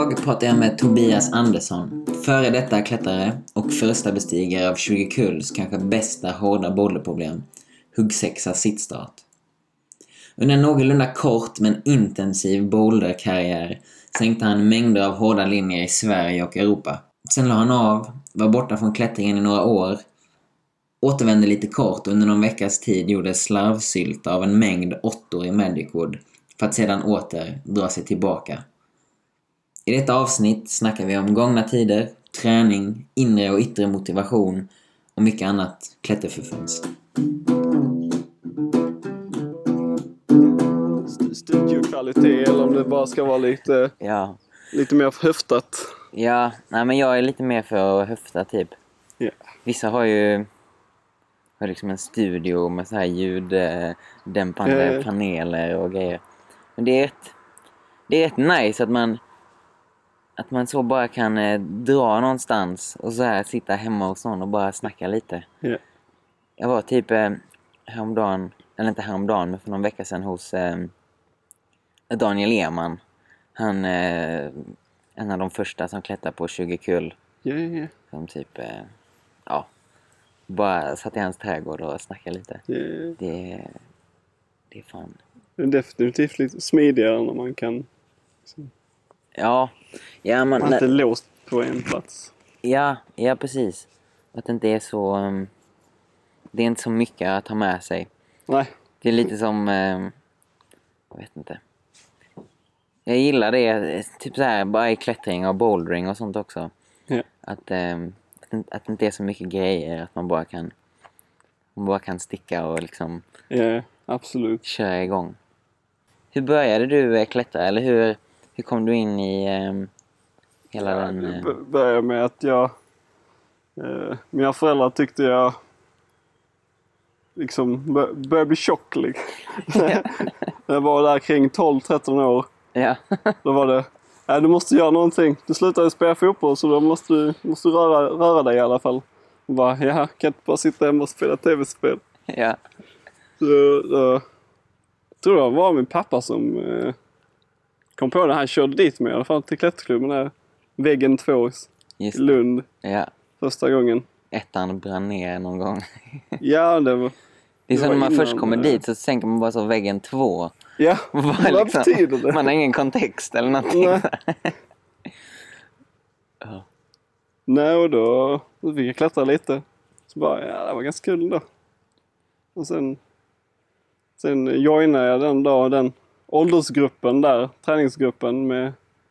Idag pratar jag med Tobias Andersson, före detta klättrare och första bestigare av 20 kulls kanske bästa hårda boulderproblem, huggsexa sittstart. Under en någorlunda kort men intensiv boulderkarriär sänkte han mängder av hårda linjer i Sverige och Europa. Sen la han av, var borta från klättringen i några år, återvände lite kort under någon veckas tid gjorde slarvsylta av en mängd åttor i Medicwood för att sedan åter dra sig tillbaka. I detta avsnitt snackar vi om gångna tider, träning, inre och yttre motivation och mycket annat klätterförfuns. Studiokvalitet eller om det bara ska vara lite mer höftat. Ja, nej men jag är lite mer för att höfta typ. Yeah. Vissa har liksom en studio med så här ljuddämpande paneler och grejer. Men det är rätt nice att man så bara kan dra någonstans och så här sitta hemma hos någon och bara snacka lite. Yeah. Jag var typ häromdagen, eller inte häromdagen, men för någon vecka sedan hos Daniel Eman. Han en av de första som klättrar på 20 kull. Yeah. Som typ, bara satt i hans trädgård och snackade lite. Yeah. Det är fan. Det är definitivt lite smidigare när man kan... Ja, man är inte låst på en plats. Ja, precis. Att det inte är så... det är inte så mycket att ta med sig. Nej. Det är lite som... jag vet inte. Jag gillar det. Typ så här, bara i klättring och bouldering och sånt också. Ja. Att det inte är så mycket grejer. Att man bara kan sticka och liksom... Ja, absolut. Köra igång. Hur började du klättra? Eller hur kom du in i hela den... Det började med att mina föräldrar tyckte jag liksom började bli tjock. Liksom. Jag var där kring 12-13 år. Ja. Då var det, du måste göra någonting. Du slutade spela fotboll så då måste du röra dig i alla fall. Och bara, kan inte bara sitta hemma och spela tv-spel. Ja. Så jag tror det var min pappa som kom på det. Han körde dit mig i alla fall till klätterklubben där. Väggen 2 i Lund. Ja. Första gången. Ettan brann ner någon gång. Ja, det var... Det är så när man först kommer dit så tänker man bara så väggen 2. Ja, vad betyder det? Man har ingen kontext eller någonting. Nej. Nej, och då fick jag klättra lite. Så bara, det var ganska kul då. Och sen joinade jag den åldersgruppen där, träningsgruppen med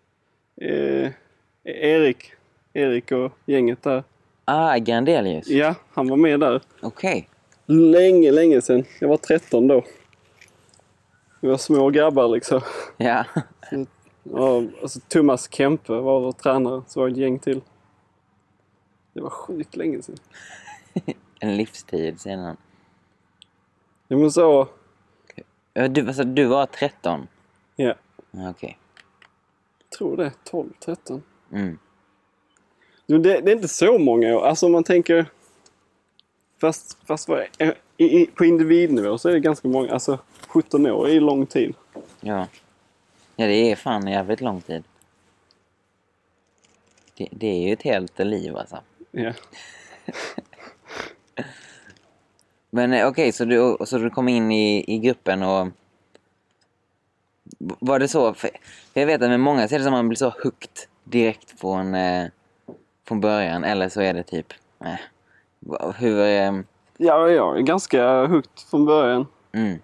Erik och gänget där. Grandelius. Ja, han var med där. Okej. Länge sedan. Jag var 13 då. Vi var små grabbar liksom. Ja. Alltså Thomas Kempe var vår tränare, så var ett gäng till. Det var sjukt länge sedan. En livstid sedan. Ja, men så... Du var 13? Ja. Okej. Jag tror det, 12-13. Mm. Men det är inte så många år. Alltså om man tänker... Fast på individnivå så är det ganska många. Alltså 17 år är lång tid. Ja. Ja, det är fan jävligt lång tid. Det är ju ett helt liv alltså. Ja. Men okej, så du kom in i gruppen och... Var det så? För jag vet att med många så är det som att man blir så hooked direkt från början. Eller så är det typ... Hur... Ja, jag är ganska hooked från början. Mm.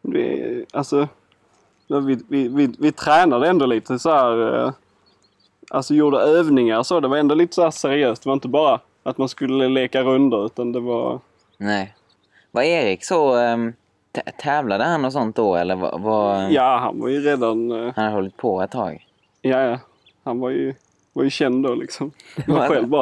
Vi tränade ändå lite så här... Alltså gjorde övningar så. Det var ändå lite så här seriöst. Det var inte bara att man skulle leka runder, utan det var... Nej. Var Erik så... tävlade han och sånt då? Eller var... Ja, han var ju redan... Han hade hållit på ett tag. Ja. Han var ju känd då liksom. Man själv bara...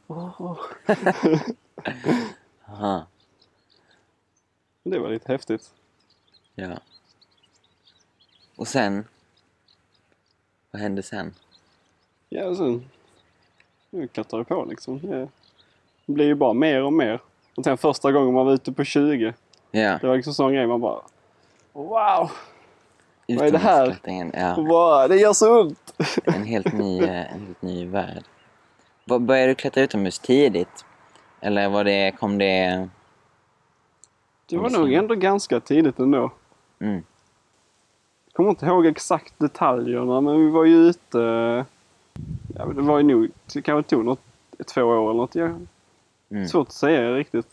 Aha. Det var lite häftigt. Ja. Och sen? Vad hände sen? Ja, sen... Nu klättrade på liksom. Det blir ju bara mer och mer. Och sen första gången man var ute på 20. Ja. Det var liksom sån grej man bara... Wow! Vad är det här? Utomhusklättringen, ja. Bara, det gör så ont. En helt ny värld. Började du klättra utomhus tidigt? Eller kom det... Det var nog ändå ganska tidigt ändå. Mm. Jag kommer inte ihåg exakt detaljerna, men vi var ju ute... Ja, det var ju nog... Det kanske tog 2 år eller något. Svårt att säga riktigt.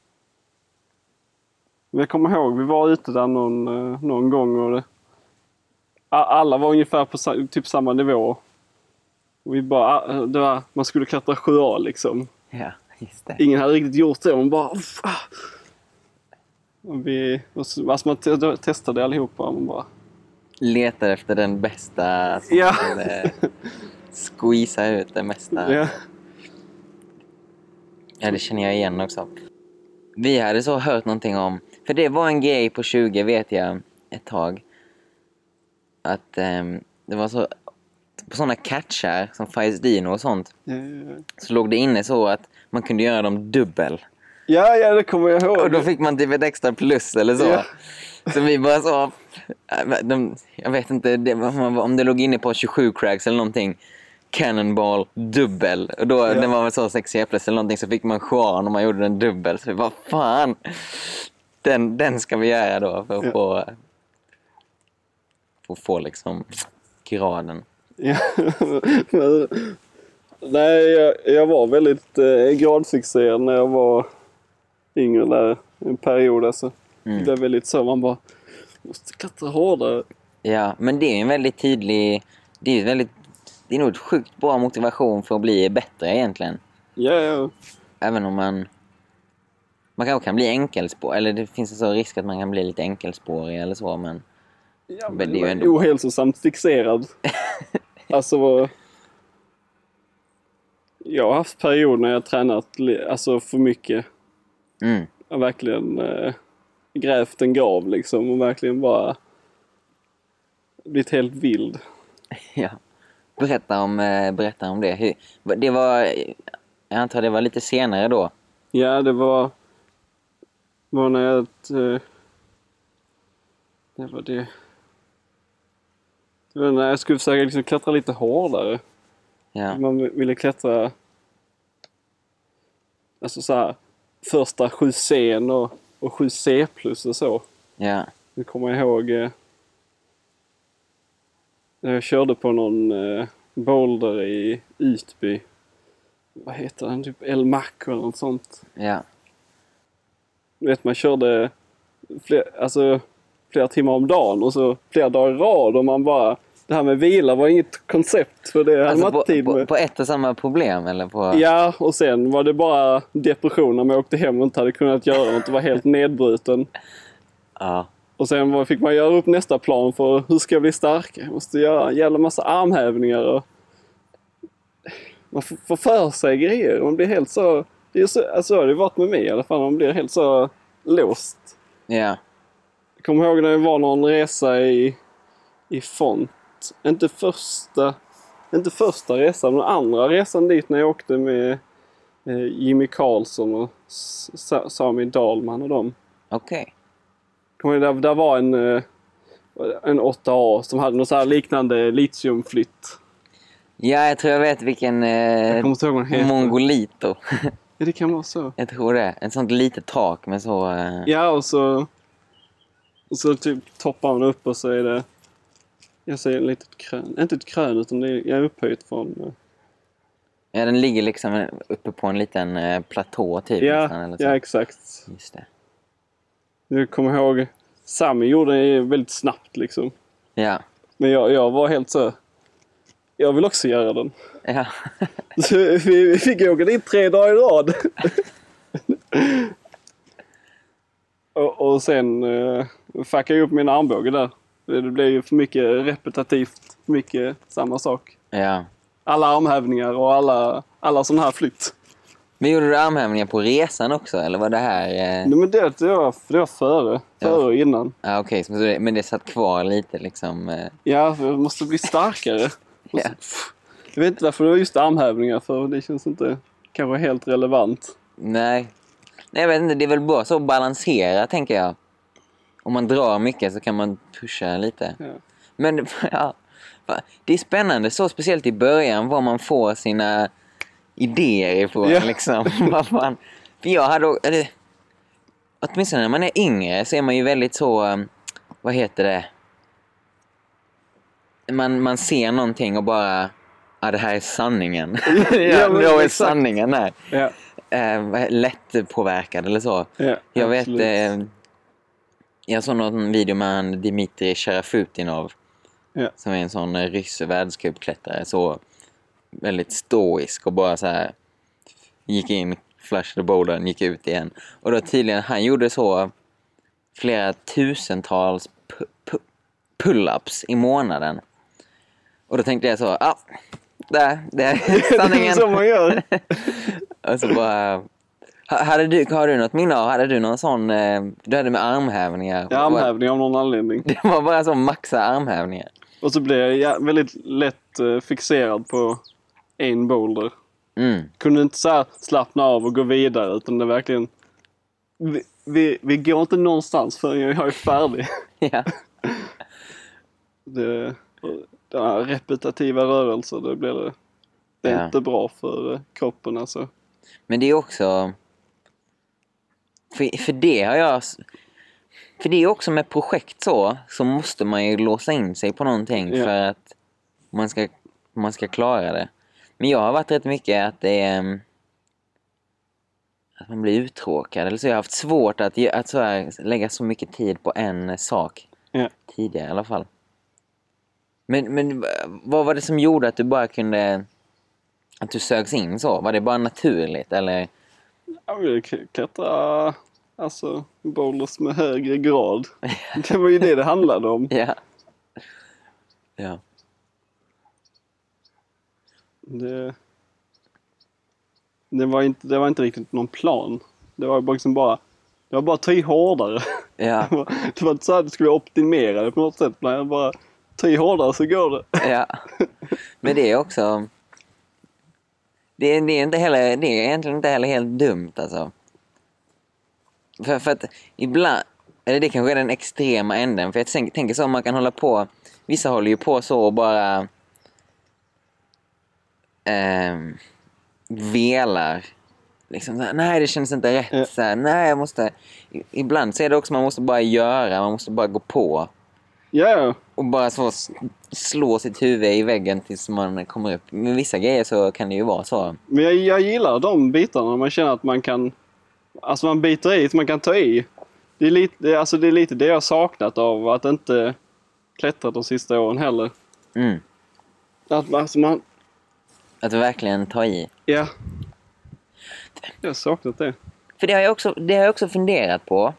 Men jag kommer ihåg, vi var ute där någon gång och alla var ungefär på typ samma nivå. Och vi bara... man skulle klättra 7A liksom. Ja, just det. Ingen hade riktigt gjort det. Man bara... man testade allihopa. Man bara... Letar efter den bästa som skulle squeeza ut det mesta. Ja. Ja, det känner jag igen också. Vi hade så hört någonting om... För det var en grej på 20, vet jag, ett tag. Att det var så... På sådana catchar som Fires Dino och sånt. Ja. Så låg det inne så att man kunde göra dem dubbel. Ja, det kommer jag ihåg. Och då fick man typ ett extra plus eller så. Ja. Så vi bara så... jag vet inte om det låg inne på 27 cracks eller någonting. Cannonball dubbel. Och då, den var väl så 6 plus eller någonting, så fick man chans om man gjorde den dubbel. Så vi bara, fan! Den ska vi göra då för att få liksom graden. Ja. Nej, jag var väldigt gradfixerad när jag var yngre där en period. Alltså. Det är väldigt så, man bara måste klättra hårdare. Ja, men det är en väldigt tydlig... Det är nog ett sjukt bra motivation för att bli bättre egentligen. Ja. Även om man kanske kan bli enkelspår, eller det finns en så risk att man kan bli lite enkelspårig eller så, men... Ja, men det är ju ändå... ohälsosamt fixerad. Alltså... Jag har haft perioder när jag tränat för mycket. Jag har verkligen grävt en grav liksom och verkligen bara blivit helt vild. Ja. Berätta om det. Det var... Jag antar det var lite senare då. Ja, det var när jag... Det var när jag skulle försöka liksom klättra lite hårdare. Ja. Man ville klättra... Alltså så här... Första 7C och 7C plus och så. Ja. Nu kommer jag ihåg... Jag körde på någon boulder i Utby. Vad heter den? Typ El Mac eller något sånt. Ja. Du vet, man körde flera timmar om dagen och så flera dagar i rad och man bara... Det här med vila var inget koncept för det hade man inte tid med. På ett och samma problem eller på... Ja, och sen var det bara depression när man åkte hem och inte hade kunnat göra något och var helt nedbruten. Ja. Och sen fick man göra upp nästa plan för hur ska jag bli starkare. Jag måste göra en jävla massa armhävningar och... Man får för sig grejer. Man blir helt så... Det är så, alltså det har varit med mig i alla fall. Man blir helt så låst. Ja. Jag kommer ihåg när det var någon resa i Font. Inte första resan, men andra resan dit när jag åkte med Jimmy Karlsson och Sami Dahlman och dem. Okej. Där var en 8A som hade något så här liknande litiumflytt. Ja, jag tror jag vet vilken... Jag kommer inte ihåg vad den heter. Mongolito. Ja, det kan vara så. Jag tror det. En sånt litet tak med så... Ja, och så typ toppar man upp och så är det... Jag ser en litet krön. Inte ett krön, utan jag är upphöjt från... Ja, den ligger liksom uppe på en liten platå typ. Ja, nästan, eller så. ja, exakt. Just det. Jag kommer ihåg... Sami gjorde det väldigt snabbt liksom. Ja. Men jag var helt så... Jag vill också göra den. Ja. Så vi fick åka dit 3 dagar i rad. och sen fuckade jag upp min armbåge där. Det blev ju för mycket repetitivt. För mycket samma sak. Ja. Alla armhävningar och alla sådana här flytt. Men gjorde du armhävningar på resan också? Eller var det här... Nej, men det var före och innan. Ja, okej. Men det satt kvar lite liksom... Ja, för jag måste bli starkare. Ja. Jag vet inte varför det var just armhävningar, för det känns inte kanske helt relevant. Nej, jag vet inte. Det är väl bara så att balansera, tänker jag. om man drar mycket så kan man pusha lite. Ja. Men ja, det är spännande, så speciellt i början, var man får sina idéer ifrån. Ja. Liksom. Vad fan. För jag hade... åtminstone när man är yngre så är man ju väldigt så... vad heter det? Man ser någonting och bara... det här är sanningen. Ja, men det är exakt. sanningen här. Ja. Lätt påverkad eller så. Ja, Jag absolut. vet... jag såg någon video med han Dmitrij Sharafutdinov. Ja. Som är en sån rysk världscupklättrare. Så väldigt stoisk och bara så här... gick in, flashade bouldern, gick ut igen. Och då tydligen, han gjorde så flera tusentals pull-ups i månaden. Och då tänkte jag så, det är sanningen. Det är så man gör. Och så bara... Har du något minne av? Hade du någon sån... du hade med armhävningar? Ja, armhävning av någon anledning. Det var bara så maxa armhävningar. Och så blev jag väldigt lätt fixerad på en boulder. Kunde inte så här slappna av och gå vidare, utan det verkligen... Vi går inte någonstans förrän jag är färdig. Ja. Den här repetitiva rörelser, det är Ja. inte bra för kroppen alltså. Men det är också... För det har jag... För det är också med projekt så måste man ju låsa in sig på någonting för att man ska klara det. Men jag har varit rätt mycket att det är... att man blir uttråkad. Eller så jag har haft svårt att så här, lägga så mycket tid på en sak. Ja. Tidigare i alla fall. Men vad var det som gjorde att du bara kunde... att du sögs in så? Var det bara naturligt eller... Jag vill klättra alltså boulders med högre grad. Det var ju det handlade om. Ja. Ja. Det var inte riktigt någon plan. Det var bara ta i hårdare. Ja. Det var inte så att det skulle vara optimerade på något sätt. Jag bara ta i hårdare så går det. Ja. Men det är också... Det är egentligen inte heller helt dumt alltså. För att ibland... Eller det kanske är den extrema änden. För jag tänker så, man kan hålla på... Vissa håller ju på så och bara... velar. Liksom så här, nej det känns inte rätt. Så här, nej jag måste... Ibland så är det också man måste bara göra. Man måste bara gå på. Ja. Och bara så slå sitt huvud i väggen tills man kommer upp. Med vissa grejer så kan det ju vara så. Men jag gillar de bitarna. Man känner att man kan... Alltså man biter i så man kan ta i. Det är lite det jag har saknat av att inte klättra de sista åren heller. Att verkligen ta i. Ja. Jag har saknat det. För det har jag också funderat på.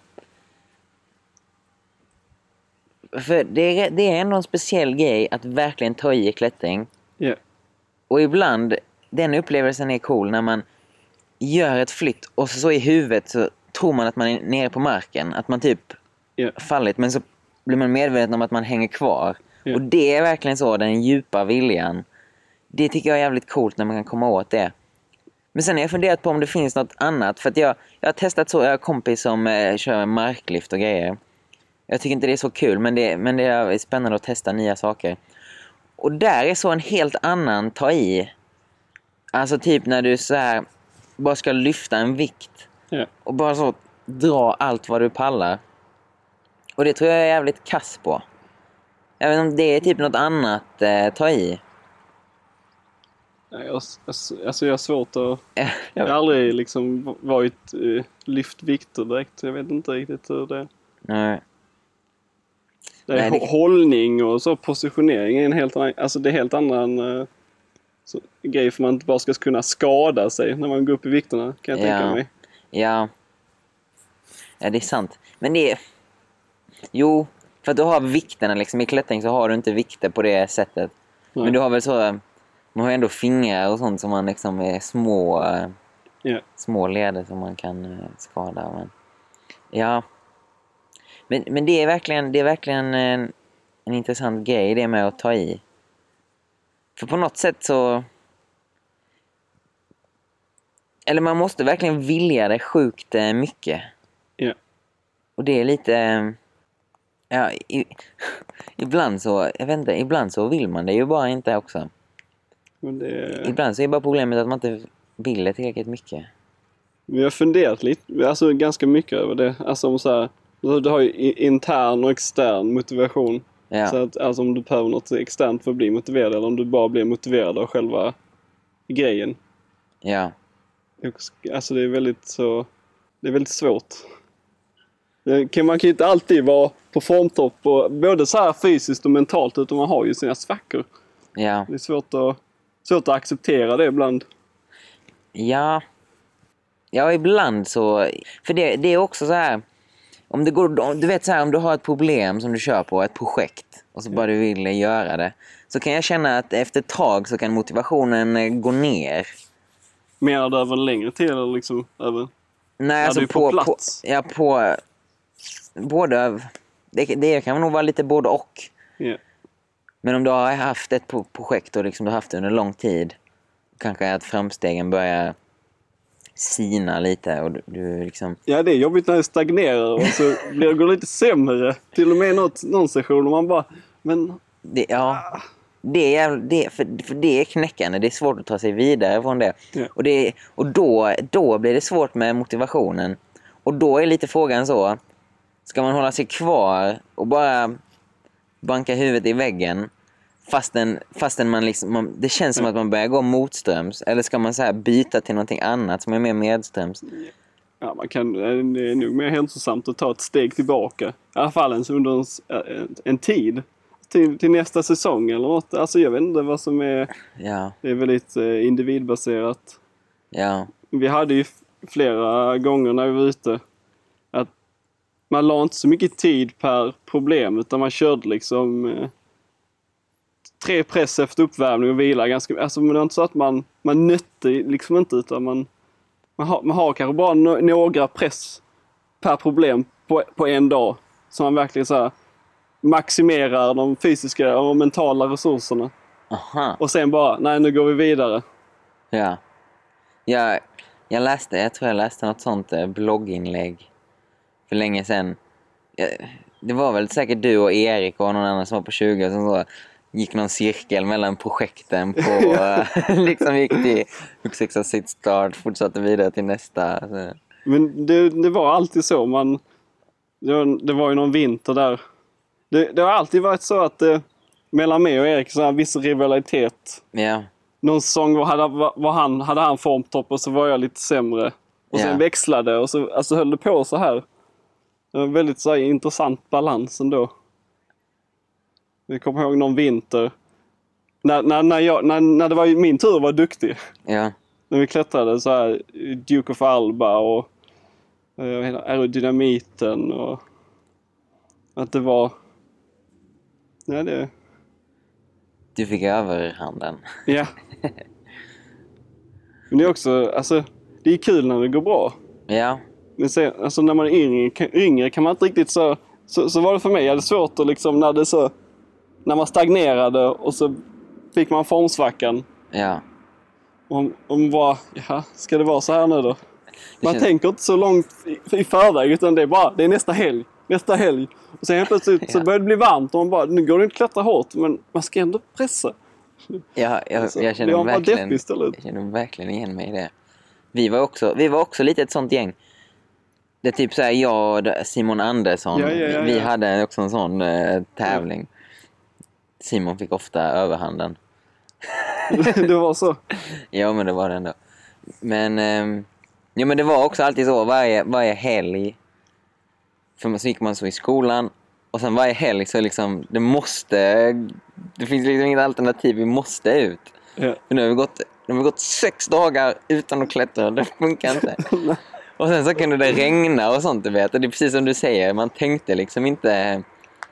För det är ändå en speciell grej att verkligen ta i klättring. Ja. Och ibland, den upplevelsen är cool när man gör ett flytt och så i huvudet så tror man att man är nere på marken. Att man typ fallit, men så blir man medveten om att man hänger kvar. Ja. Och det är verkligen så, den djupa viljan. Det tycker jag är jävligt coolt när man kan komma åt det. Men sen har jag funderat på om det finns något annat. För att jag har testat så, jag har kompis som kör marklift och grejer. Jag tycker inte det är så kul, men det är spännande att testa nya saker. Och där är så en helt annan ta i. Alltså typ när du så här bara ska lyfta en vikt. Ja. Och bara så dra allt vad du pallar. Och det tror jag är jävligt kass på. Jag vet inte om det är typ något annat ta i. Jag har svårt att... Jag har aldrig liksom varit lyft vikter direkt. Jag vet inte riktigt hur det är. Nej. Det är hållning och så positionering är en helt annan... Alltså det är helt annan grej för man inte bara ska kunna skada sig när man går upp i vikterna, kan jag tänka mig. Ja, det är sant. Men det är... Jo, för att du har vikterna liksom. I klättring så har du inte vikter på det sättet. Nej. Men du har väl så... Man har ändå fingrar och sånt som man liksom är små leder som man kan skada. Men, ja. Men det är verkligen en intressant grej det med att ta i. För på något sätt så... Eller man måste verkligen vilja det sjukt mycket. Ja. Och det är lite... Ja, ibland så, jag vet inte, ibland så vill man det ju bara inte också. Men Ibland så är bara problemet att man inte vill det tillräckligt mycket. Vi har funderat lite, alltså ganska mycket över det. Alltså om så här, du har ju intern och extern motivation. Ja. Så att alltså om du behöver något externt för att bli motiverad eller om du bara blir motiverad av själva grejen. Ja. Alltså det är väldigt svårt. Man kan ju inte alltid vara på formtopp och både så här fysiskt och mentalt, utan man har ju sina svackor. Ja. Det är svårt att acceptera det ibland. Ja. Ja, ibland så... För det är också så här... Om det går, du vet så här, om du har ett problem som du kör på, ett projekt, och så bara du vill göra det, så kan jag känna att efter ett tag så kan motivationen gå ner. Menar du över en längre tid eller liksom över... Nej, alltså du är på plats? På både... Det kan nog vara lite både och. Yeah. Men om du har haft ett projekt och liksom du har haft det under lång tid, kanske att framstegen börjar sina lite och du liksom... Ja, det är jobbigt när det stagnerar och så går det lite sämre. Till och med någon session och man bara... Men... För det är knäckande. Det är svårt att ta sig vidare från det. Yeah. Och då blir det svårt med motivationen. Och då är lite frågan så... Ska man hålla sig kvar och bara banka huvudet i väggen fastän man liksom... det känns som att man börjar gå motströms. Eller ska man så här byta till någonting annat som är mer medströms? Ja, det är nog mer hälsosamt att ta ett steg tillbaka. I alla fall under en tid. Till nästa säsong eller något. Alltså jag vet inte vad som är... Ja. Det är väldigt individbaserat. Ja. Vi hade ju flera gånger när vi var ute att man la inte så mycket tid per problem, utan man körde liksom 3 press efter uppvärmning och vila ganska... Alltså men det är inte så att man nötte liksom inte, utan man har kanske bara några press per problem på en dag, så man verkligen så här maximerar de fysiska och mentala resurserna. Aha. Och sen bara, nej, nu går vi vidare. Ja. Jag tror jag läste något sånt blogginlägg för länge sedan. Det var väl säkert du och Erik och någon annan som var på 20 som så gick någon cirkel mellan projekten på liksom gick till Hugsexa sitt start, fortsatte vidare till nästa. Så. Men det var alltid så. Det var ju någon vinter där. Det har alltid varit så att mellan mig och Erik så här viss rivalitet. Ja. Någon säsong hade han formtopp och så var jag lite sämre. Och sen växlade och så alltså höll det på så här. Det var en väldigt så här intressant balans ändå. Vi kommer ihåg någon vinter. När det var min tur att vara duktig. Ja. När vi klättrade så här Duke of Alba och aerodynamiten och att det var... Ja, det... Du fick överhanden. Ja. Men det är också, alltså, det är kul när det går bra. Ja. Men sen, alltså när man är yngre kan man inte riktigt så var det för mig. Jag hade svårt att liksom när man stagnerade och så fick man formsvackan. Ja. Och bara, ska det vara så här nu då? Man tänker inte så långt i förväg, utan det är nästa helg. Och sen helt plötsligt så börjar det bli varmt och man bara, nu går det inte att klättra hårt, men man ska ändå pressa. Ja, jag känner verkligen igen mig i det. Vi var också lite ett sånt gäng. Det är typ så här, jag och Simon Andersson, vi hade också en sån tävling. Simon fick ofta överhanden. Det var så? Ja, men det var det ändå. Men det var också alltid så varje helg. För så gick man så i skolan. Och sen varje helg så liksom, det finns liksom inget alternativ, vi måste ut. Ja. För nu har vi gått 6 dagar utan att klättra, det funkar inte. Och sen så kunde det regna och sånt, du vet. Och det är precis som du säger, man tänkte liksom inte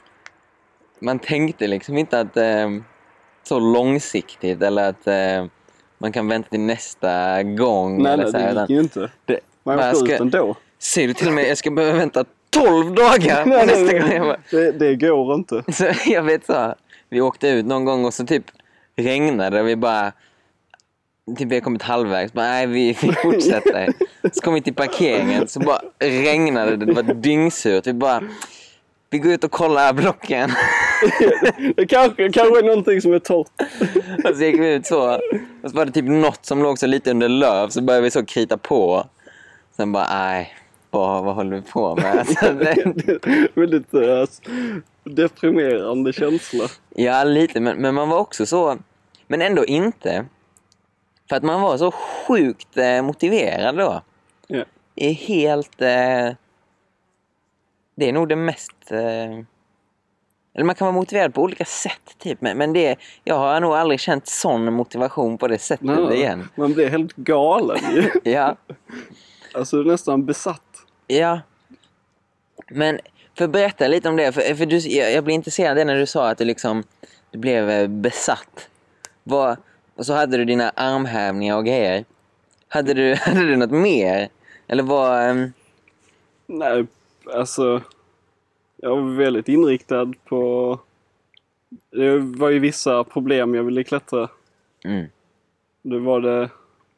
att så långsiktigt, eller att man kan vänta till nästa gång. Nej, eller så här, det gick ju inte. Man var ut ändå. Ser du till och med, jag ska behöva vänta 12 dagar på nästa gång. Det går inte. Så jag vet så, vi åkte ut någon gång och så typ regnade och vi bara, typ vi har kommit halvvägs, bara nej, vi fortsätter. Så kom vi till parkeringen, så bara regnade det var dyngsurt. Vi bara, Vi går ut och kollar blocken. Det kanske är någonting som är torrt. Och så gick vi ut så. Och så var det typ något som låg så lite under löv. Så började vi så krita på. Sen bara, nej. Vad håller vi på med? Alltså, väldigt deprimerande känsla. Ja, lite. Men man var också så... Men ändå inte. För att man var så sjukt motiverad då. Ja. Är helt... det är nog det mest... eller man kan vara motiverad på olika sätt typ. Men det... Jag har nog aldrig känt sån motivation på det sättet igen. Man blir helt galen ju. Ja. Alltså nästan besatt. Ja. Men för att berätta lite om det. För du, jag blev intresserad när du sa att du blev besatt. Och så hade du dina armhävningar och grejer. Hade du något mer? Eller vad... Nej, alltså... Jag var väldigt inriktad på... Det var ju vissa problem jag ville klättra. Mm. Det var det...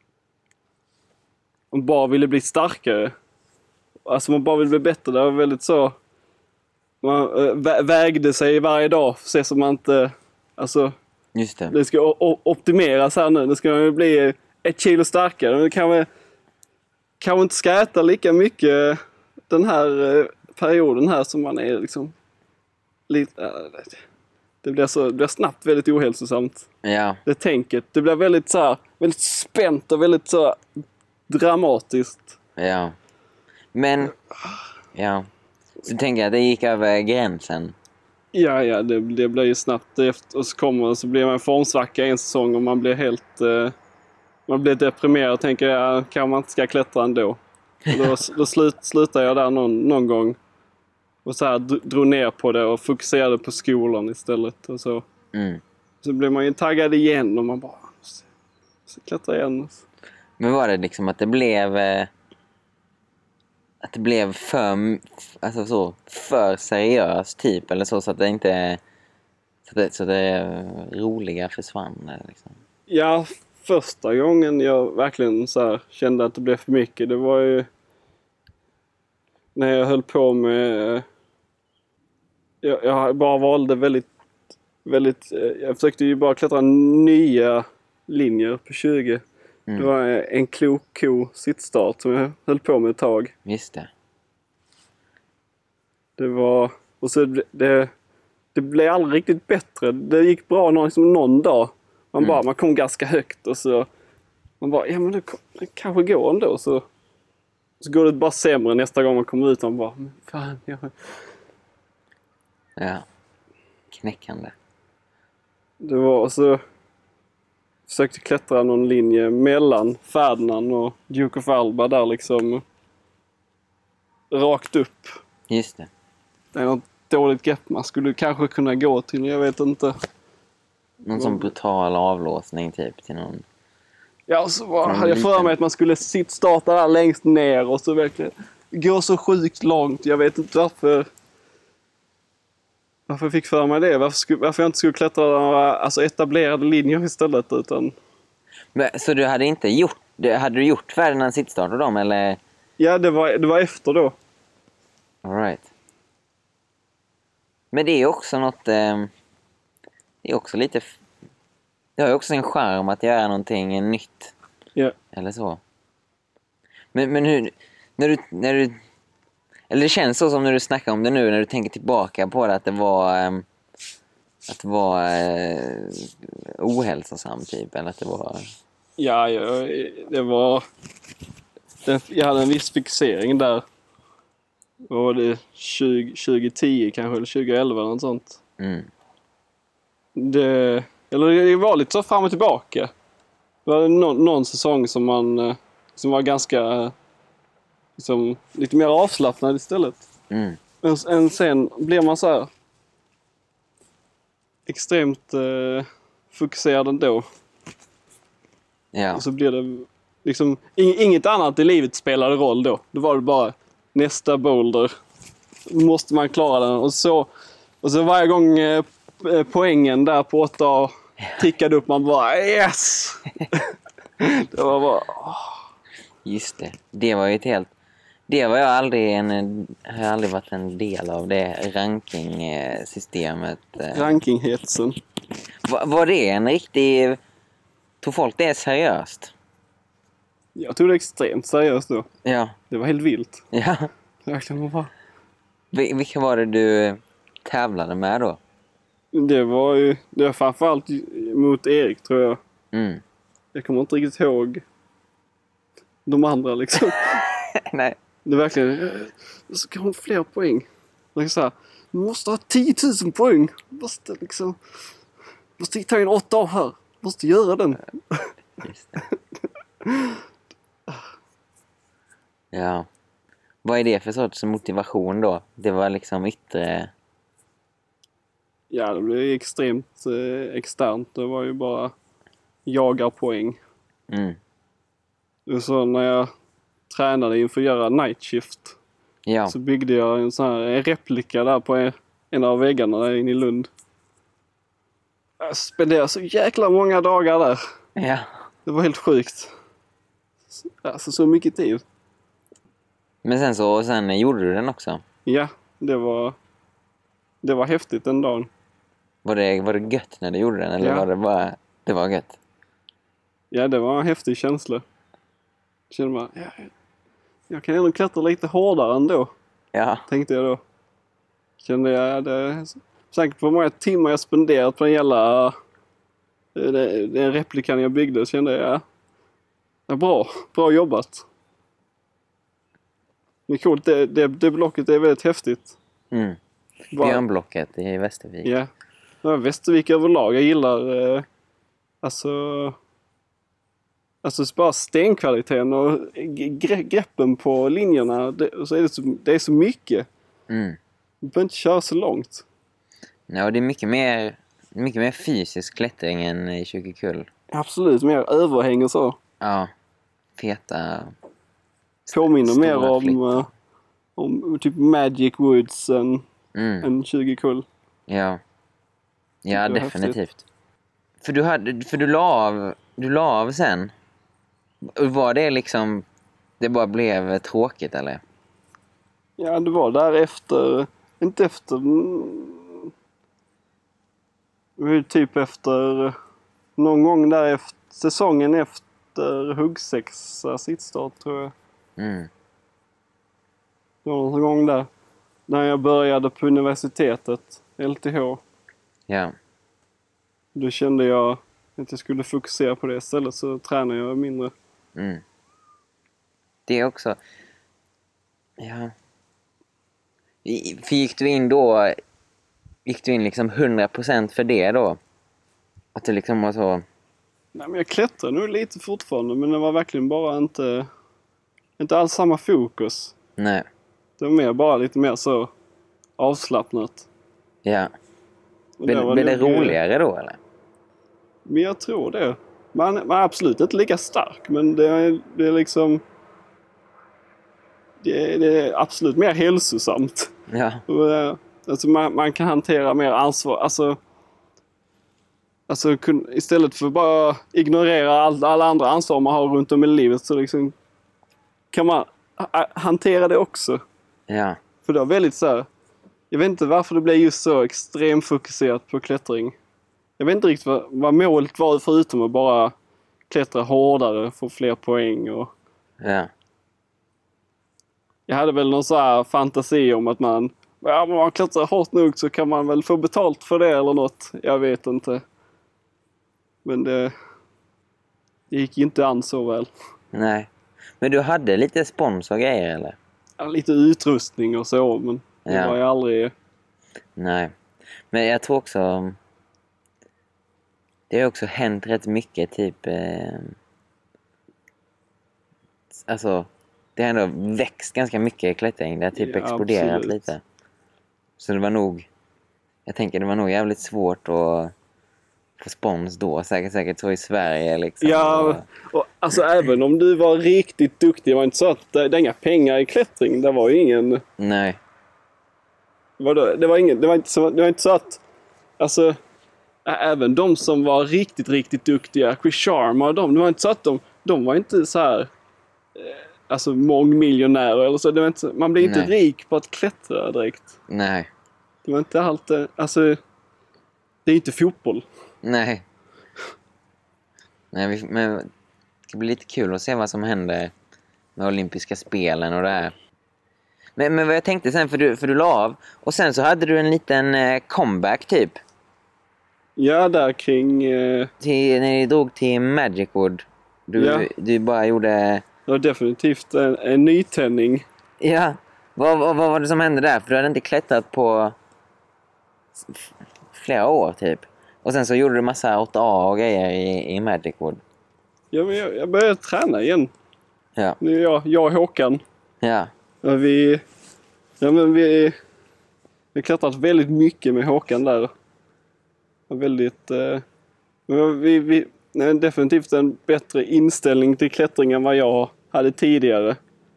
Man bara ville bli starkare. Alltså man bara ville bli bättre. Det var väldigt så... Man vägde sig varje dag. Se som man inte... Alltså... Just det. Det ska optimeras här nu. Det ska ju bli 1 kilo starkare. Men det kan inte ska äta lika mycket den här perioden här som man är liksom lite... Det blir snabbt väldigt ohälsosamt. Ja. Det tänket. Det blir väldigt så här, väldigt spänt och väldigt så dramatiskt. Ja. Men... Ja. Så tänker jag att det gick över gränsen. Ja, det blir ju snabbt efter, och så blir man formsvacka en säsong och man blir helt man blir deprimerad och tänker kan man inte ska klättra ändå. Och då slutar jag där någon gång och så här drog ner på det och fokuserade på skolan istället och så. Så blir man ju taggad igen och man bara så klättra igen. Men var det liksom att det blev för seriöst typ eller så att det inte så det roliga försvann liksom. Ja, första gången jag verkligen så här kände att det blev för mycket, det var ju när jag höll på med jag bara valde väldigt jag försökte ju bara klättra nya linjer på 20. Det var en klok sittstart som jag höll på med ett tag. Just det. Det var... Och så det blev aldrig riktigt bättre. Det gick bra någon dag. Man kom ganska högt och så... Man bara, ja men det kanske går ändå. Så går det bara sämre nästa gång man kommer ut. Man bara, men fan, Ja. Knäckande. Det var så... Försökte klättra någon linje mellan Ferdinand och Duke of Alba där liksom rakt upp. Just det. Det är något dåligt grepp man skulle kanske kunna gå till, jag vet inte. Någon sån brutal avlåsning typ till någon. Ja, så hade jag för mig att man skulle starta där längst ner och så verkligen gå så sjukt långt. Jag vet inte varför jag fick för mig det. Varför jag inte skulle klättra några etablerade linjer istället utan... Men, så du hade inte gjort... Hade du gjort Ferdinand sittstart av dem eller? Ja, det var efter då. All right. Men det är också något... det är också lite... Det har ju också en charm att göra någonting nytt. Ja. Eller så. Men hur... När du... Eller det känns så som när du snackar om det nu, när du tänker tillbaka på det, att det var ohälsosamt typ, eller att det var... Ja, det var... Jag hade en viss fixering där. Vad var det? 2010 kanske, eller 2011 eller något sånt. Det var lite så fram och tillbaka. Det var någon säsong som var ganska... Liksom, lite mer avslappnad istället. Men sen blir man så här extremt fokuserad ändå. Ja. Och så blir det liksom inget annat i livet spelade roll då. Då var det bara nästa boulder. Måste man klara den. Och så varje gång poängen där på 8 tickade upp, man bara yes! Det var bara... Just det. Det var ju ett helt... Det har jag aldrig varit en del av, det rankingsystemet. Rankinghetsen. Var det en riktig... Tog folk det seriöst? Jag tog det extremt seriöst då. Ja. Det var helt vilt. Ja. Verkligen var. Vilka var det du tävlade med då? Det var framförallt mot Erik, tror jag. Mm. Jag kommer inte riktigt ihåg de andra liksom. Nej. Det är verkligen, så kan hon fler poäng. Det är så här, du måste ha 10 000 poäng. Måste ta in 8 av här. Måste göra den. Just det. Ja. Vad är det för sorts motivation då? Det var liksom yttre... Ja, det blev extremt externt. Det var ju bara jaga poäng. Mm. Så när jag tränade inför att göra night shift, Ja. så byggde jag en sån här replika där på en av väggarna där inne i Lund. Jag spenderade så jäkla många dagar där. Ja. Det var helt sjukt. Alltså så mycket tid. Men sen gjorde du den också. Ja, det var häftigt den dagen. Var det gött när du gjorde den? Eller Ja. var det bara... Det var gött? Ja, det var en häftig känsla. Kände man, jag kan ändå klättra lite hårdare ändå, Ja. tänkte jag då. Kände jag, det är säkert på många timmar jag spenderat på den jävla den replikan jag byggde, kände jag, bra jobbat. Det är coolt, det blocket är väldigt häftigt. Mm. Björnblocket i Västervik. Ja. Västervik överlag, jag gillar alltså bara stenkvaliteten och greppen på linjerna. Det är så mycket. Mm. Du behöver inte köra så långt. Ja, det är mycket mer fysisk klättring än i Tjugekull. Absolut, mer överhäng och så. Ja, feta. Påminner mer stora om typ Magic Woods än 20 kull. Ja. Ja, Det var definitivt. häftigt. För du la av sen. Var det liksom... Det bara blev tråkigt, eller? Ja, det var där efter... Inte efter... Det var ju typ efter... Någon gång där efter... Säsongen efter Huggsexa sittstart, tror jag. Mm. Det var någon gång där. När jag började på universitetet, LTH. Ja. Då kände jag att jag skulle fokusera på det istället, så tränar jag mindre. Mm. Det är också... Ja. För gick du in liksom 100% för det då? Att det liksom var så... Nej, men jag klättrar nog lite fortfarande, men det var verkligen bara inte alls samma fokus. Nej. Det var mer bara lite mer så avslappnat. Ja. Och Blev det roligare då, eller? Men jag tror det. Man är absolut inte lika stark, men det är liksom... Det är absolut mer hälsosamt. Ja. Alltså man kan hantera mer ansvar. Alltså istället för bara ignorera alla andra ansvar man har runt om i livet, så liksom kan man hantera det också. Ja. För det var väldigt så här, jag vet inte varför det blev just så extremt fokuserat på klättring. Jag vet inte riktigt vad målet var, förutom att bara klättra hårdare, få fler poäng och... Ja. Jag hade väl någon så här fantasi om att om man klättrar hårt nog så kan man väl få betalt för det eller något. Jag vet inte. Men det gick inte an så väl. Nej. Men du hade lite spons och grejer, eller? Ja, lite utrustning och så, men det var ju aldrig... Nej. Men jag tror också... Det har också hänt rätt mycket, typ... Alltså... Det har ändå växt ganska mycket klättring. Det har typ exploderat absolut. lite. Så det var nog... Jag tänker det var nog jävligt svårt att få spons då. Säkert så i Sverige liksom. Ja, och alltså även om du var riktigt duktig, det var inte så att det är inga pengar i klättring. Det var ju ingen... Nej. Det var inte så att... Alltså... Även de som var riktigt, riktigt duktiga, Chris Sharma och de var inte så att de var inte så här... alltså mångmiljonärer eller så. Det var inte, man blir inte Nej. rik på att klättra direkt. Nej. Det var inte allt, alltså det är inte fotboll. Nej. Nej, men det ska bli lite kul att se vad som händer med olympiska spelen och det här. Men vad jag tänkte sen, för du la av. Och sen så hade du en liten comeback typ. Ja, där kring... När ni drog till Magic Wood. Du bara gjorde... Det var definitivt en nytändning. Ja, vad var det som hände där? För du hade inte klättrat på flera år typ. Och sen så gjorde du massa 8A och grejer i Magic Wood. Ja, men jag började träna igen. Ja. Nu är jag och Håkan. Ja. Och vi har klättrat väldigt mycket med Håkan där. Och väldigt... vi har definitivt en bättre inställning till klättring än vad jag hade tidigare.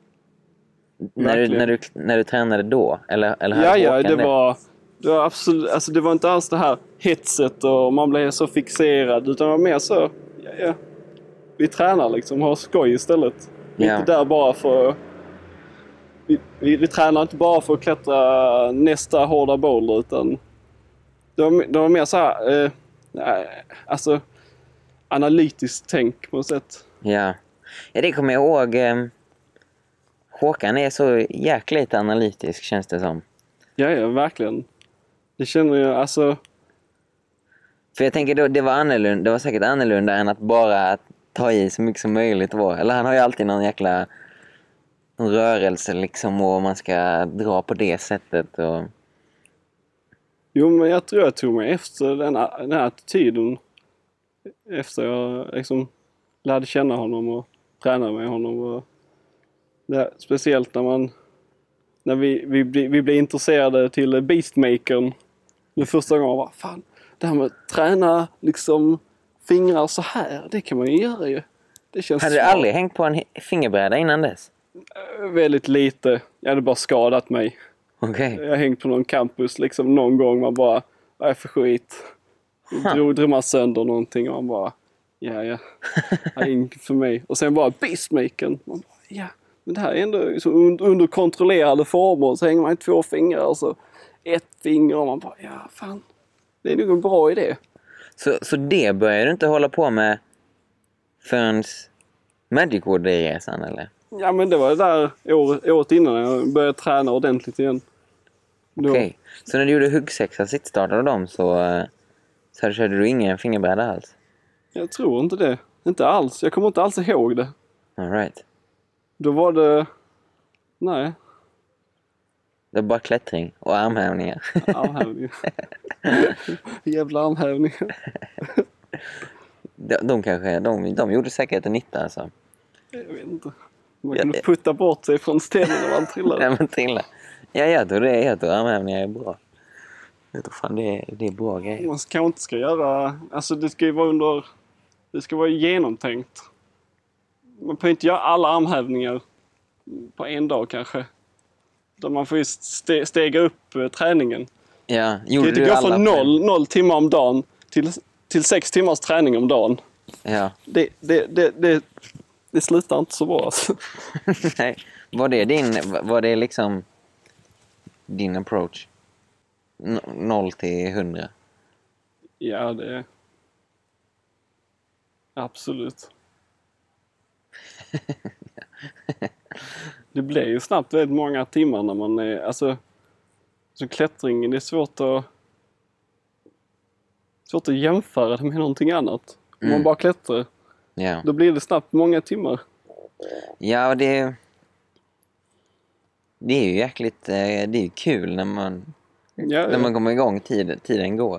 När du tränade då? Eller Ja, det var absolut, alltså det var inte alls det här hetset och man blev så fixerad, utan det var mer så, ja. Vi tränar liksom, har skoj istället. Vi är inte där bara för... Vi tränar inte bara för att klättra nästa hårda boulder, utan det var mer så här, alltså analytiskt tänk på något sätt. Ja, det kommer jag ihåg. Håkan är så jäkligt analytisk, känns det som. Ja, verkligen. Det känner jag, alltså... För jag tänker då, det var säkert annorlunda än att bara ta i så mycket som möjligt var. Eller han har ju alltid någon jäkla rörelse liksom, och man ska dra på det sättet och... Jo, men jag tror jag tog mig efter den här attityden. Efter jag liksom lärde känna honom och tränade med honom. Och det, speciellt när vi blev intresserade till Beastmakern. Den första gången var fan, det här med att träna liksom fingrar så här, det kan man ju göra ju. Det känns hade du aldrig hängt på en fingerbräda innan dess? Väldigt lite. Jag hade bara skadat mig. Okej. Jag har hängt på någon campus liksom någon gång, man bara, vad är för skit? Drog man sönder någonting och man bara, ja. Inget för mig. Och sen bara Beastmakern. Man bara, ja. Men det här är ändå liksom under kontrollerade former. Så hänger man 2 fingrar och så 1 finger och man bara, ja fan. Det är nog en bra idé. Så det började du inte hålla på med förrän Magic Wood-resan, eller? Ja, men det var det där året innan jag började träna ordentligt igen. Okej. Så när du gjorde huggsexa sittstartar och dem så körde du ingen fingerbräda alls? Jag tror inte det. Inte alls. Jag kommer inte alls ihåg det. All right. Då var det... Nej. Det var bara klättring och armhävningar. Armhävningar. Jävla armhävningar. De gjorde säkert en nytta alltså. Jag vet inte. Man kunde putta bort sig från stenen när man trillade. När man trillar. Ja, jag tror armhävningar är bra. Jag tror fan det är bra grejer. Man kanske inte ska göra... Alltså det ska ju vara det ska vara genomtänkt. Man får inte göra alla armhävningar på en dag kanske. Utan man får ju stega upp träningen. Ja, det går från 0 timmar om dagen till 6 timmars träning om dagen. Ja. Det slutar inte så bra alltså. Nej. Var det liksom din approach? 0 till 100? Ja, det är... Absolut. Det blir ju snabbt väldigt många timmar när man är... Alltså, så klättringen, det är svårt att jämföra det med någonting annat. Om man bara klättrar, då blir det snabbt många timmar. Ja, och det är ju jäkligt... Det är ju kul när man kommer igång, tiden går.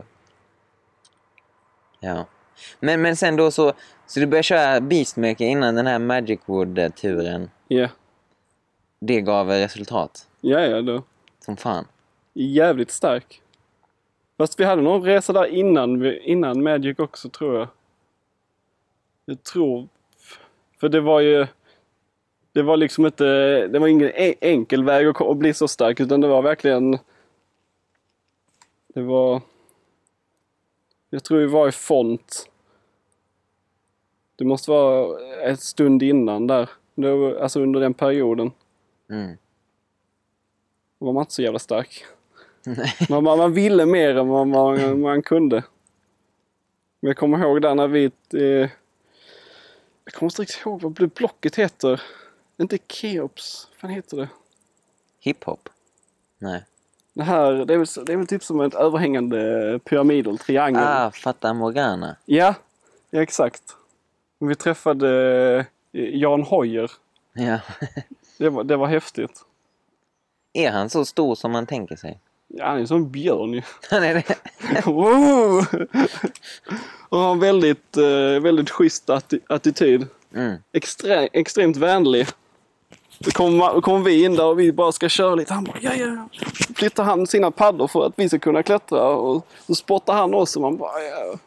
Ja. Men sen då så du började köra Beastmaker innan den här Magic Wood-turen. Ja. Det gav resultat. Ja då. Som fan. Jävligt stark. Fast vi hade någon resa där innan Magic också, tror jag. Jag tror... För det var liksom inte... Det var ingen enkel väg att bli så stark, utan det var verkligen... Det var... Jag tror vi var i font. Det måste vara ett stund innan där. Alltså under den perioden Mm. var man inte så jävla stark. Nej. Man ville mer än vad man kunde. Men jag kommer ihåg där när vi... jag kommer inte riktigt ihåg vad blocket heter. Inte Keops. Vad fan heter det? Hiphop? Nej. Det är väl typ som ett överhängande pyramid eller triangel. Fata Morgana. Ja, exakt. Vi träffade Jan Hoyer. Ja. Det var häftigt. Är han så stor som man tänker sig? Ja, han är som en björn ju. Han är det. Wow! Och har en väldigt schysst attityd. Mm. Extremt vänlig. Då kommer vi in där och vi bara ska köra lite. Han bara, ja. Flyttar han sina paddor för att vi ska kunna klättra. Och så spottar han oss och man bara, ja.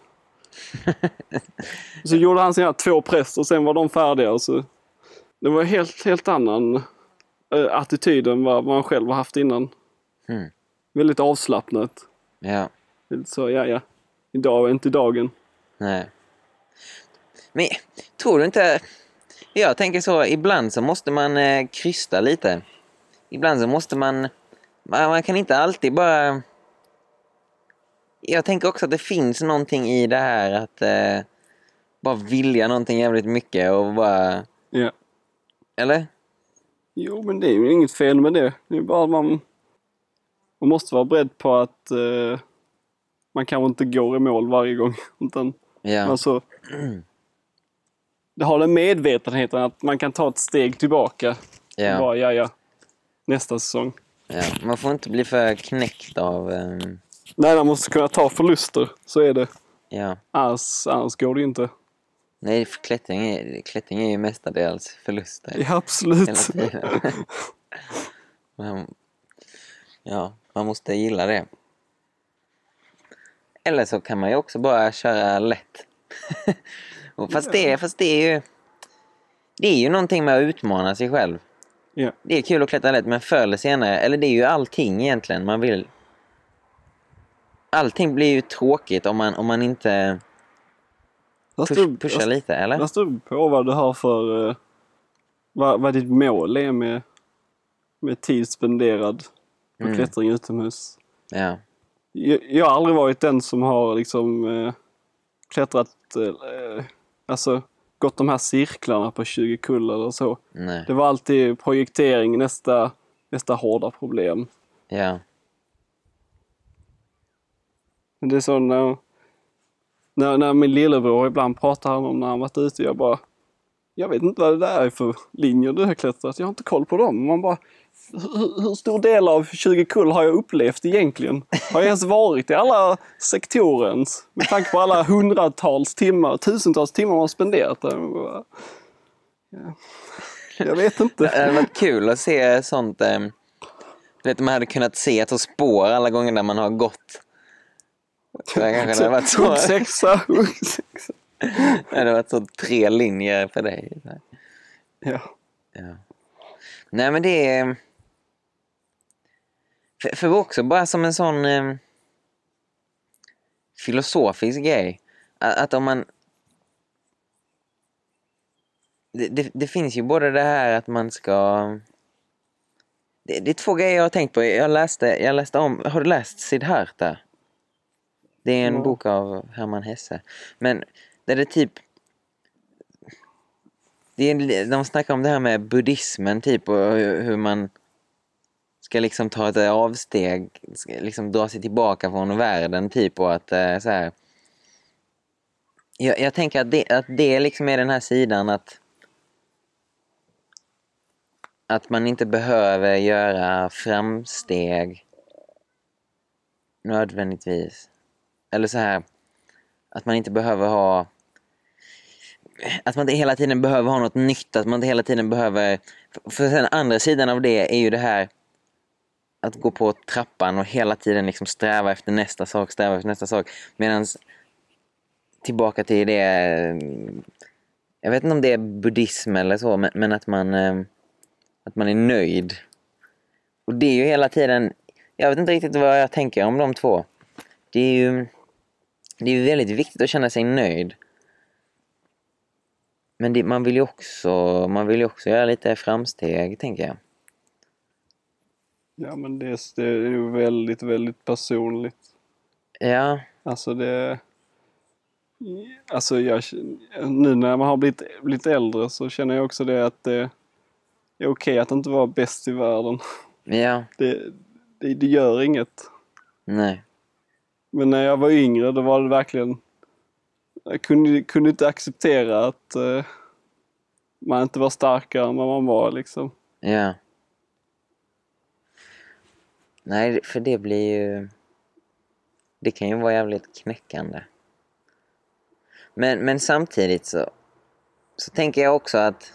Så gjorde han sina 2 press och sen var de färdiga. Och så. Det var helt annan attityd än vad man själv har haft innan. Mm. Väldigt avslappnat. Ja. Så ja. Idag är inte dagen. Nej. Men tror du inte... Jag tänker så, ibland så måste man krysta lite. Ibland så måste man kan inte alltid bara... Jag tänker också att det finns någonting i det här att bara vilja någonting jävligt mycket och bara... Ja. Eller? Jo, men det är ju inget fel med det. Det är bara att man måste vara beredd på att man kanske inte går i mål varje gång. Utan, Ja. alltså, det har den medvetenheten att man kan ta ett steg tillbaka. Ja. Och bara, nästa säsong. Ja. Man får inte bli för knäckt av... Nej, man måste kunna ta förluster. Så är det. Ja. Annars går det inte. Nej, för klättring är ju mestadels förluster. Ja, absolut. Hela tiden. Man måste gilla det. Eller så kan man ju också bara köra lätt. fast det är ju någonting med att utmana sig själv. Ja. Det är kul att klättra lätt, men förr eller senare, eller det är ju allting egentligen man vill. Allting blir ju tråkigt om man inte pushar lite, eller? Vad står det på vad du har för... vad ditt mål är med tid spenderad på klättring utomhus? Ja. Jag har aldrig varit den som har liksom klättrat... alltså gått de här cirklarna på 20 kull eller så. Nej. Det var alltid projektering, nästa hårda problem. Ja. Men det är så när min lillebror ibland pratar om när han varit ute, jag vet inte vad det där är för linjer du har klättrat. Jag har inte koll på dem. Man bara, hur stor del av 20 kull har jag upplevt egentligen? Har jag ens varit i alla sektorer ens? Med tanke på alla hundratals timmar, tusentals timmar man har spenderat där. Jag vet inte. Det hade varit kul att se sånt. Du vet, man hade kunnat se ett spår alla gånger där man har gått. Det kanske hade varit så. Huggsexa. Det hade varit så 3 linjer för dig. Ja. Nej, men det är... För också bara som en sån filosofisk grej. Att om man... Det finns ju både det här att man ska... Det är 2 grejer jag har tänkt på. Jag läste om... Har du läst Siddhartha? Det är en bok av Hermann Hesse. Men det är typ... De snackar om det här med buddhismen typ och hur man ska liksom ta ett avsteg, liksom dra sig tillbaka från världen typ och att så här. Jag tänker att det liksom är den här sidan att man inte behöver göra framsteg nödvändigtvis. Eller så här att man inte behöver ha... Att man inte hela tiden behöver ha något nytt. Att man inte hela tiden behöver... För sen andra sidan av det är ju det här... Att gå på trappan och hela tiden liksom sträva efter nästa sak. Medan tillbaka till det... Jag vet inte om det är buddhism eller så. Men att man är nöjd. Och det är ju hela tiden... Jag vet inte riktigt vad jag tänker om de 2. Det är ju väldigt viktigt att känna sig nöjd. Men man vill ju också göra lite framsteg, tänker jag. Ja, men det är ju väldigt, väldigt personligt. Ja. Alltså nu när man har blivit äldre så känner jag också det att det är okej att inte vara bäst i världen. Ja. Det gör inget. Nej. Men när jag var yngre då var det verkligen... Jag kunde inte acceptera att man inte var starkare än vad man var liksom. Ja. Nej, för det blir ju... Det kan ju vara jävligt knäckande. Men samtidigt så tänker jag också att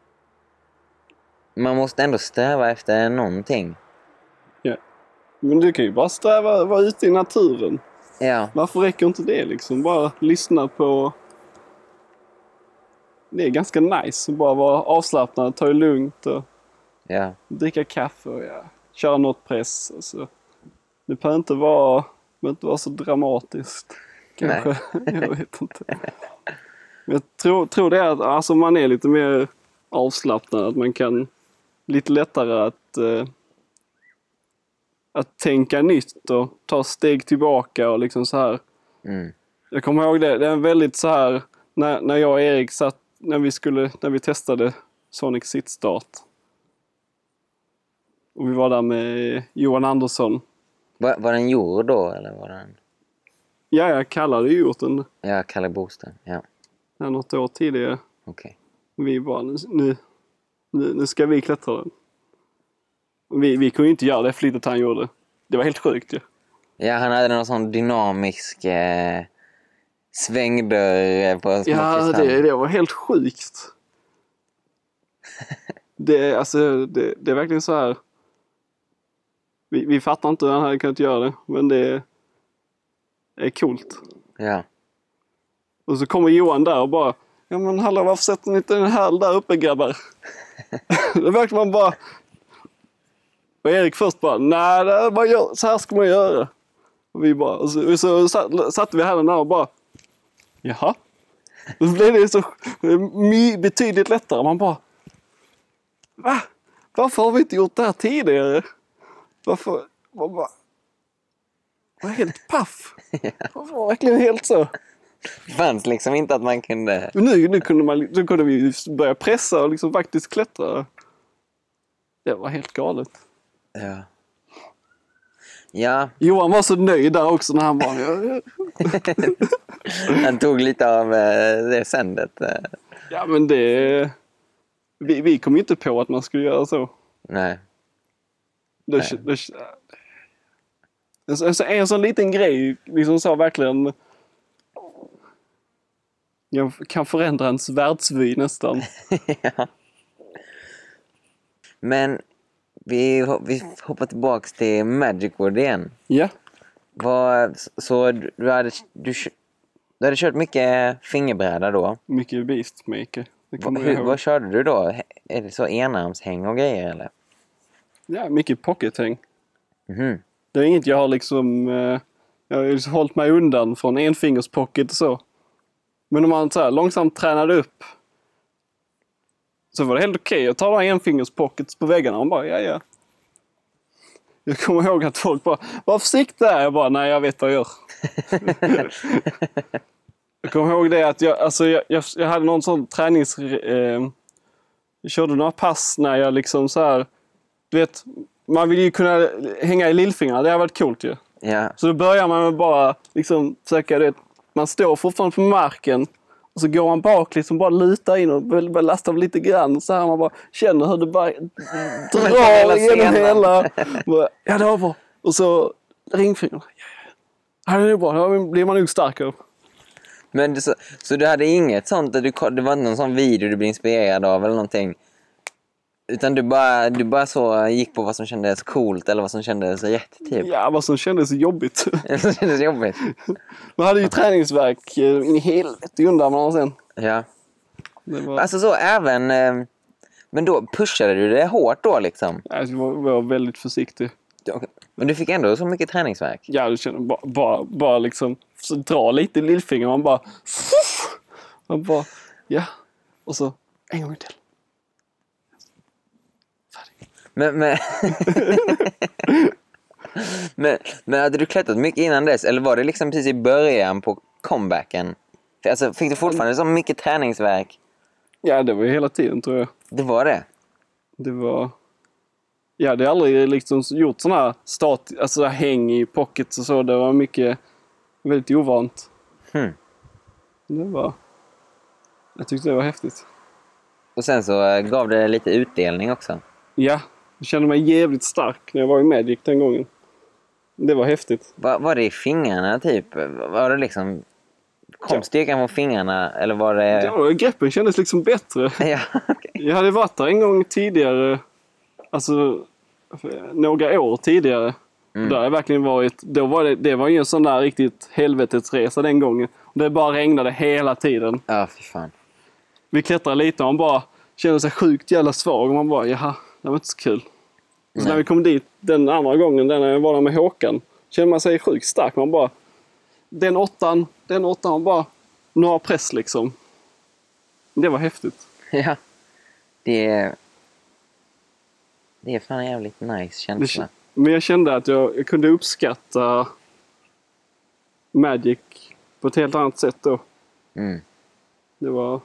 man måste ändå sträva efter någonting. Ja. Men du kan ju bara vara ute i naturen. Ja. Varför räcker inte det liksom? Bara lyssna på... Det är ganska nice att bara vara avslappnad, ta det lugnt och dricka kaffe och köra något press. Alltså. Det behöver inte vara så dramatiskt. Kanske. Jag vet inte. Men jag tror det är att alltså, man är lite mer avslappnad. Att man kan lite lättare att tänka nytt och ta steg tillbaka och liksom så här. Mm. Jag kommer ihåg det. Det är väldigt så här när jag och Erik satt när vi testade Sonic Citstart. Och vi var där med Johan Andersson. Var den gjord då eller var den? Ja, jag kallade ju gjort den. Ja, Kalle Bosten. Ja. Något år tidigare. Okej. Vi bara nu ska vi klättra den. Vi kunde inte göra det flytet han gjorde. Det var helt sjukt ju. Ja, han hade någon sån dynamisk svängdörr på små Ja, det var helt sjukt. Det är verkligen så här. Vi fattar inte hur han hade kunnat göra det. Men det är coolt. Ja. Och så kommer Johan där och bara... Ja men hallå, varför sätter ni inte den här där uppe grabbar? Det verkar man bara... Och Erik först bara... Nej, så här ska man göra. Och vi bara... Och så satte vi här den där och bara... Jaha. Och så blev det så betydligt lättare. Man bara... Va? Varför har vi inte gjort det här tidigare? Varför? Man bara... Jag var helt paff. Det var verkligen helt så. Det fanns liksom inte att man kunde... Men nu kunde vi börja pressa och liksom faktiskt klättra. Det var helt galet. Ja. Ja. Johan var så nöjd där också när han bara... Han tog lite av det sändet. Ja, men det... Vi kom inte på att man skulle göra så. Nej. En sån liten grej liksom så verkligen... Jag kan förändra ens världsvy nästan. Ja. Men vi hoppar tillbaks till Magic Wood igen. Ja. Så du hade kört mycket fingerbräda då? Mycket Beastmaker. Vad körde du då? Är det så enarmshäng och grejer eller? Ja, mycket pockethäng. Mhm. Det är inget jag har liksom... Jag har liksom hållit mig undan från enfingerspocket och så. Men om man så här långsamt tränade upp så var det helt okej att ta enfingerspockets på väggarna. Och bara, ja. Jag kommer ihåg att folk bara, var försiktig där. Jag bara, nej jag vet vad jag gör. Jag kommer ihåg det att jag hade någon sån jag körde några pass när jag liksom så här, du vet, man vill ju kunna hänga i lillfingrarna. Det har varit coolt ju. Ja. Så då börjar man med bara liksom försöka, det. Man står fortfarande på marken och så går man bak liksom bara luta in och bara lasta lite grann så här man bara känner hur det bara drar igenom hela. Ja, det var bra. Och så ringfingrarna. Ja, det är bra. Då blir man nog starkare. Men så du hade inget sånt, det var inte någon sån video du blev inspirerad av eller någonting? Utan du bara så gick på vad som kändes coolt eller vad som kändes rätt typ? Ja, vad som kändes jobbigt. Vad som kändes jobbigt? Man hade ju träningsverk in i helvete i undan sen. Ja. Var... Alltså så även... Men då pushade du det hårt då liksom? Jag var väldigt försiktig. Okay. Men du fick ändå så mycket träningsverk? Ja, du känner bara liksom så dra lite i lillfingret. Man bara... ja. Och så en gång till. Färdig. Men hade du klättrat mycket innan dess? Eller var det liksom precis i början på comebacken? Alltså, fick du fortfarande så mycket träningsvärk? Ja, det var ju hela tiden tror jag. Det var det? Det var... Ja, det har aldrig liksom gjort sådana här alltså häng i pockets och så. Det var mycket, väldigt ovant. Det var... Jag tyckte det var häftigt. Och sen så gav det lite utdelning också. Ja, jag kände mig jävligt stark när jag var i Magic den gången. Det var häftigt. Var det i fingrarna typ? Var det liksom... Kom styrkan på fingrarna? Eller var det... Ja, greppen kändes liksom bättre. Ja, okay. Jag hade varit där en gång tidigare. Alltså, några år tidigare. Där har jag verkligen varit... Då var det var ju en sån där riktigt helvetesresa den gången. Det bara regnade hela tiden. Ja, fy fan. Vi klättrade lite och man bara kände sig sjukt jävla svag. Och man bara, jaha, det var inte så kul. Så när vi kom dit den andra gången, när jag var där med Håkan, kände man sig sjukt stark. Man bara, den åttan, man bara, några press liksom. Det var häftigt. Ja, det är fan en jävligt nice känsla. Men jag kände att jag kunde uppskatta Magic på ett helt annat sätt då. Det var...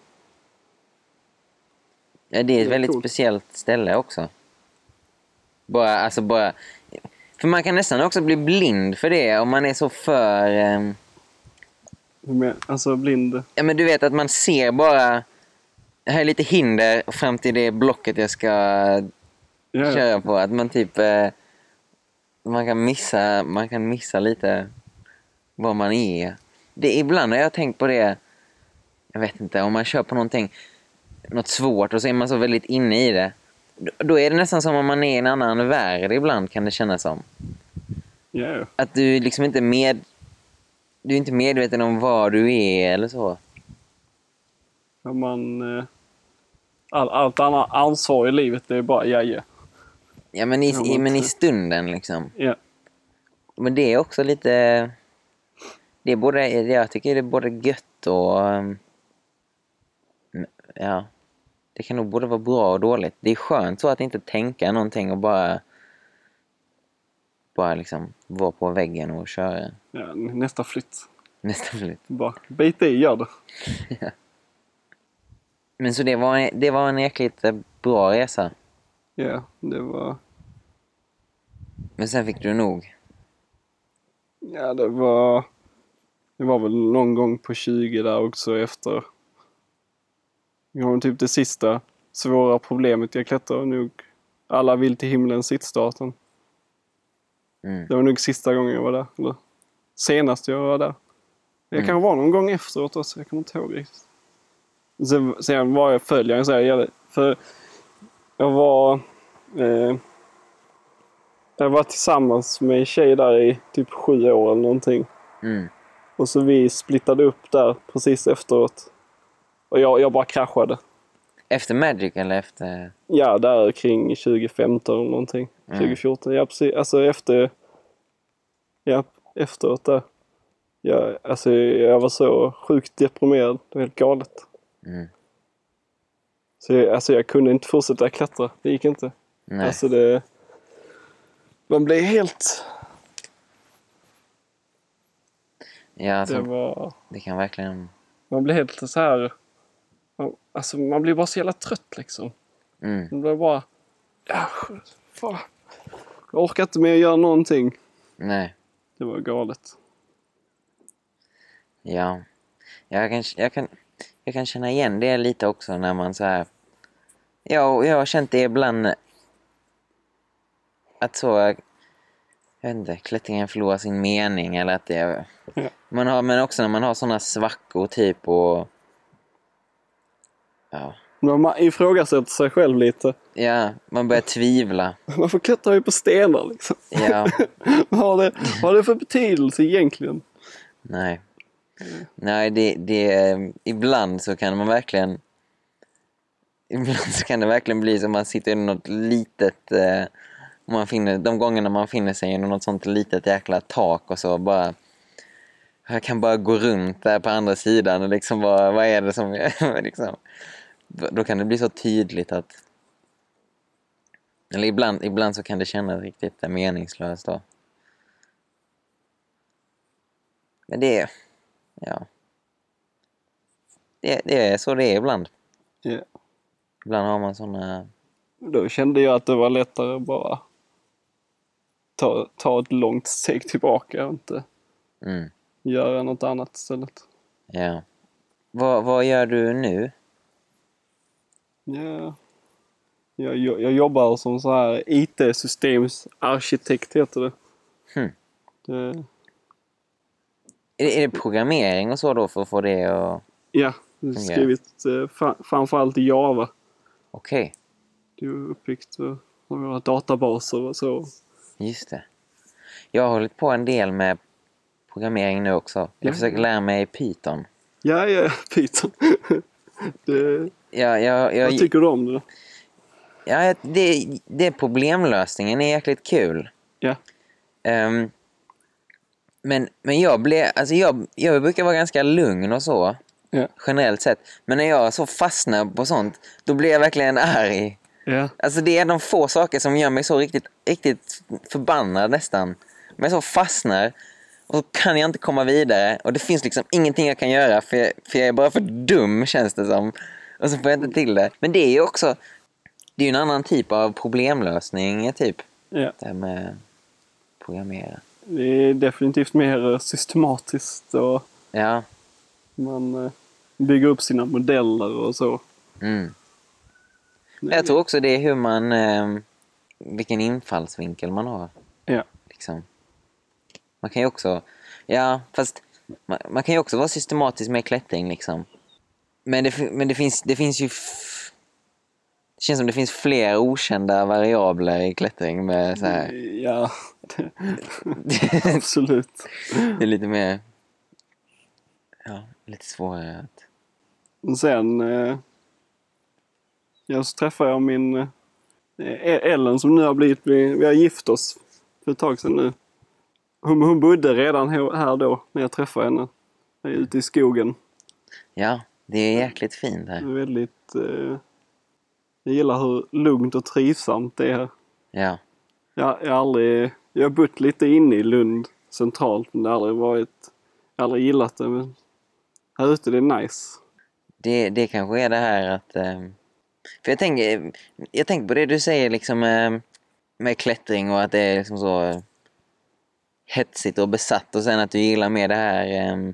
Ja, det är ett väldigt coolt. speciellt ställe också. Bara... För man kan nästan också bli blind för det om man är så för... Alltså blind. Ja, men du vet att man ser bara... Jag har lite hinder fram till det blocket jag ska köra på. Att man typ... Man kan missa lite vad man är. Ibland har jag tänkt på det... Jag vet inte, om man kör på något svårt och så är man så väldigt inne i det. Då är det nästan som om man är i en annan värld ibland, kan det kännas som. Yeah. Att du liksom inte du är inte medveten om var du är eller så. Ja, allt annat ansvar i livet, det är bara jaja. Ja, men i stunden liksom. Ja. Men det är också lite... Det är både, jag tycker det är både gött och... Ja. Det kan nog både vara bra och dåligt. Det är skönt så att inte tänka någonting och bara liksom vara på väggen och köra. Ja, nästa flytt. Bara bita i, gör det. Ja. Men så det var en jäkligt bra resa. Ja, det var... Men sen fick du nog. Ja, det var väl någon gång på 20 där också efter. Det var typ det sista svåra problemet jag klättrade nog. Alla vill till himlen sittstarten. Det var nog sista gången jag var där. Eller senast jag var där. Det kan vara någon gång efteråt också. Jag kommer inte ihåg riktigt. Sen var jag följaren så här. För jag var tillsammans med en tjej där i typ 7 år eller någonting. Och så vi splittade upp där precis efteråt. Och jag bara kraschade. Efter Magic eller efter... Ja, där kring 2015 eller någonting. 2014. Ja, precis. Alltså efteråt där. Jag var så sjukt deprimerad. Det var helt galet. Så jag kunde inte fortsätta klättra. Det gick inte. Nej. Alltså man blev helt... Ja, alltså, det kan verkligen... Man blir helt så här... Alltså man blir bara så jävla trött liksom. Man blir bara... Ja, fan. Jag orkar inte med att göra någonting. Nej. Det var galet. Ja. Jag kan känna igen det lite också när man så här... Ja, jag har känt det ibland att så... Jag vet inte, klättringen förlorar sin mening eller att det... Ja. Men också när man har såna svackor typ och... Ja. Man ifrågasätter sig själv lite. Ja, man börjar tvivla. Man klättrar ju på stenar liksom. Ja. Vad har det för betydelse egentligen? Nej. Nej, ibland så kan man verkligen... Ibland så kan det verkligen bli som man sitter i något litet... de gångerna man finner sig i något sånt litet jäkla tak och så bara... Jag kan bara gå runt där på andra sidan och liksom vad är det som... liksom, Då kan det bli så tydligt att... Eller ibland så kan det kännas riktigt meningslöst då. Men det är... Ja. Det är så det är ibland. Ja. Ibland har man såna... Då kände jag att det var lättare att bara ta ett långt steg tillbaka och inte göra något annat istället. Ja. Vad gör du nu? Ja. Jag jobbar som så här IT-systemsarkitekt heter det. Det. Är det programmering och så då för att få det att... Ja, jag har skrivit framförallt i Java. Okej. Det är uppbyggt som våra databaser och så. Just det. Jag har hållit på en del med programmering nu också. Jag försöker lära mig Python. Ja, Python. Vad tycker du om det? Ja, det problemlösningen är jäkligt kul. Ja. Men jag brukar vara ganska lugn och så. Ja. Generellt sett. Men när jag så fastnar på sånt, då blir jag verkligen arg. Ja. Alltså det är de få saker som gör mig så riktigt förbannad nästan. Men jag så fastnar och så kan jag inte komma vidare. Och det finns liksom ingenting jag kan göra för jag är bara för dum, känns det som. Och så får jag inte till det. Men det är ju också... Det är ju en annan typ av problemlösning typ. Ja. Det här med programmera. Det är definitivt mer systematiskt och Ja. man bygger upp sina modeller och så. Jag tror också det är hur man... vilken infallsvinkel man har. Ja. Liksom. Man kan ju också... Ja, fast... Man kan ju också vara systematisk med klättring liksom. Men det finns ju... Det känns som det finns fler okända variabler i klättring med så här... Ja, absolut. Det är lite mer... Ja, lite svårare att... Sen... så träffade jag min... Ellen som nu har blivit... Vi har gift oss för ett tag sedan nu. Hon bodde redan här då när jag träffade henne. Ute i skogen. Ja, det är jäkligt fint här. Det är väldigt... Jag gillar hur lugnt och trivsamt det är. Ja. Jag har bott lite inne i Lund centralt, men det har jag har aldrig gillat det, men här ute det är nice. Det kanske är det här att... För jag tänker på det du säger liksom med klättring och att det är liksom så hetsigt och besatt, och sen att du gillar mer det här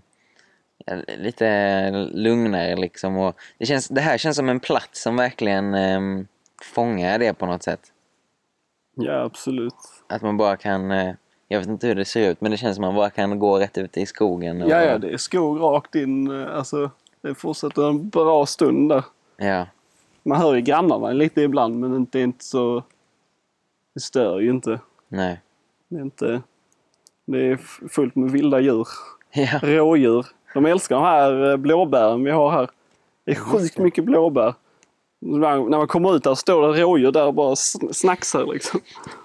lite lugnare liksom, och det här känns som en plats som verkligen fångar det på något sätt. Ja, absolut. Att man bara kan, jag vet inte hur det ser ut, men det känns som man bara kan gå rätt ut i skogen. Och, ja, det är skog rakt in, alltså det fortsätter en bra stund där. Ja. Man hör ju grannarna lite ibland, men det är inte så, det stör ju inte. Nej. Det är fullt med vilda djur. Ja. Rådjur. De älskar de här blåbären vi har här. Det är sjukt mycket blåbär. När man kommer ut där står det rådjur där och bara snacksar liksom.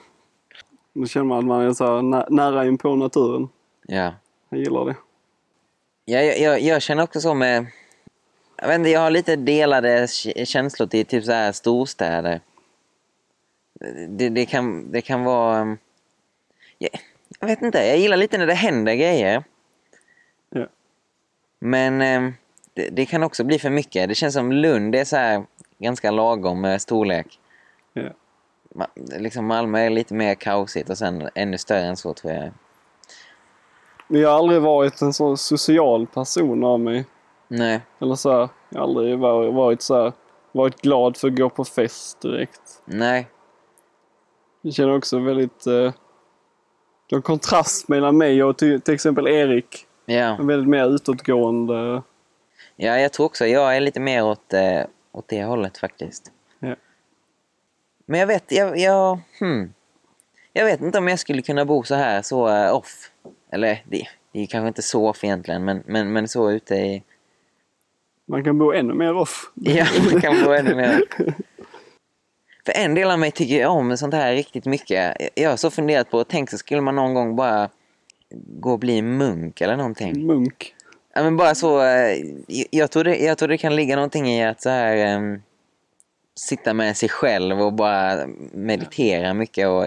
Då känner man att man är så nära in på naturen. Ja. Jag gillar det. Ja, jag känner också så med... Jag vet inte, jag har lite delade känslor till typ så här storstäder. Det kan vara... Jag vet inte, jag gillar lite när det händer grejer. Ja. Men det kan också bli för mycket. Det känns som Lund är så här ganska lagom storlek. Ja. Liksom Malmö är lite mer kaosigt och sen ännu större än så, tror jag. Men jag har aldrig varit en sån social person av mig. Nej. Eller så här, jag har aldrig varit glad för att gå på fest direkt. Nej. Jag känner också väldigt... Det är en kontrast mellan mig och till exempel Erik. Ja. Väldigt mer utåtgående. Ja, jag tror också jag är lite mer åt det hållet faktiskt. Ja. Men jag vet inte om jag skulle kunna bo så här så off. Eller det är kanske inte så off egentligen, men så ute i... Man kan bo ännu mer off. Ja, man kan bo ännu mer. För en del av mig tycker jag om sånt här riktigt mycket. Jag har så funderat på, tänk så skulle man någon gång bara gå och bli munk eller någonting. Munk. Ja, men bara så... Jag tror det kan ligga någonting i att så här... sitta med sig själv och bara meditera mycket. Och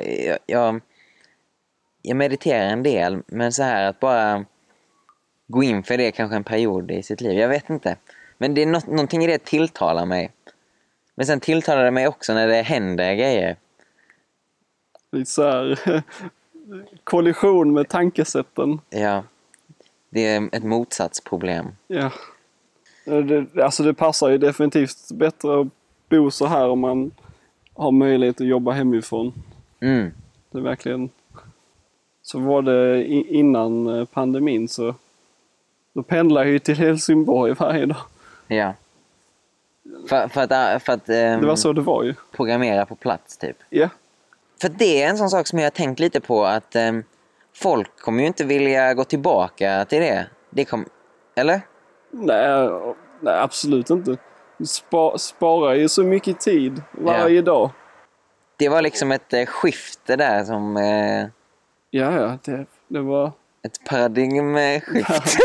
jag mediterar en del, men så här att bara gå in för det kanske en period i sitt liv. Jag vet inte. Men det är någonting i det tilltalar mig. Men sen tilltalar det mig också när det händer grejer. Lite så här kollision med tankesätten. Ja, det är ett motsatsproblem. Ja. Det passar ju definitivt bättre att bo så här om man har möjlighet att jobba hemifrån. Mm. Det är verkligen... Så var det innan pandemin så då pendlar jag ju till Helsingborg varje dag. Ja. För att Det var så det var ju. programmera på plats typ. Ja. För det är en sån sak som jag har tänkt lite på att folk kommer ju inte vilja gå tillbaka till det. Eller? Nej, absolut inte. Sparar ju så mycket tid varje dag. Det var liksom ett skifte där som... Ja, det var... Ett paradigmskifte.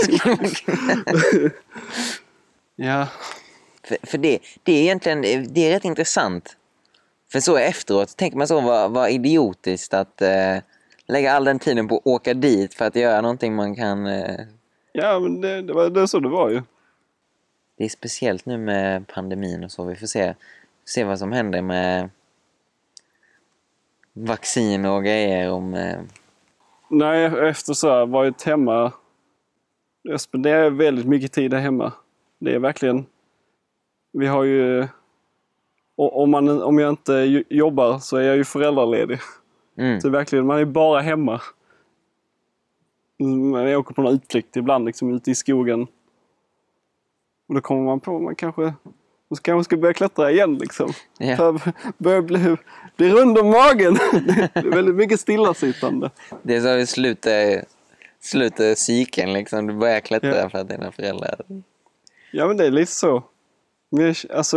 Ja. För det är egentligen det är rätt intressant. För så efteråt tänker man så var idiotiskt att lägga all den tiden på att åka dit för att göra någonting man kan... Ja, men det var så det var ju. Det är speciellt nu med pandemin och så. Vi får se vad som händer med vaccin och grejer om... Nej, efter så här varit hemma. Jag spenderar väldigt mycket tid där hemma. Det är verkligen... Vi har ju... Om jag inte jobbar så är jag ju föräldraledig. Mm. Så verkligen, man är bara hemma. Jag åker på någon utflykt ibland liksom ute i skogen. Och då kommer man på man kanske ska börja klättra igen liksom. Ja. För börjar bli rund om magen. Det är väldigt mycket stillasittande. Det är så vi slutar cykeln liksom. Du börjar klättra för att dina föräldrar... Ja, men det är lite så. Men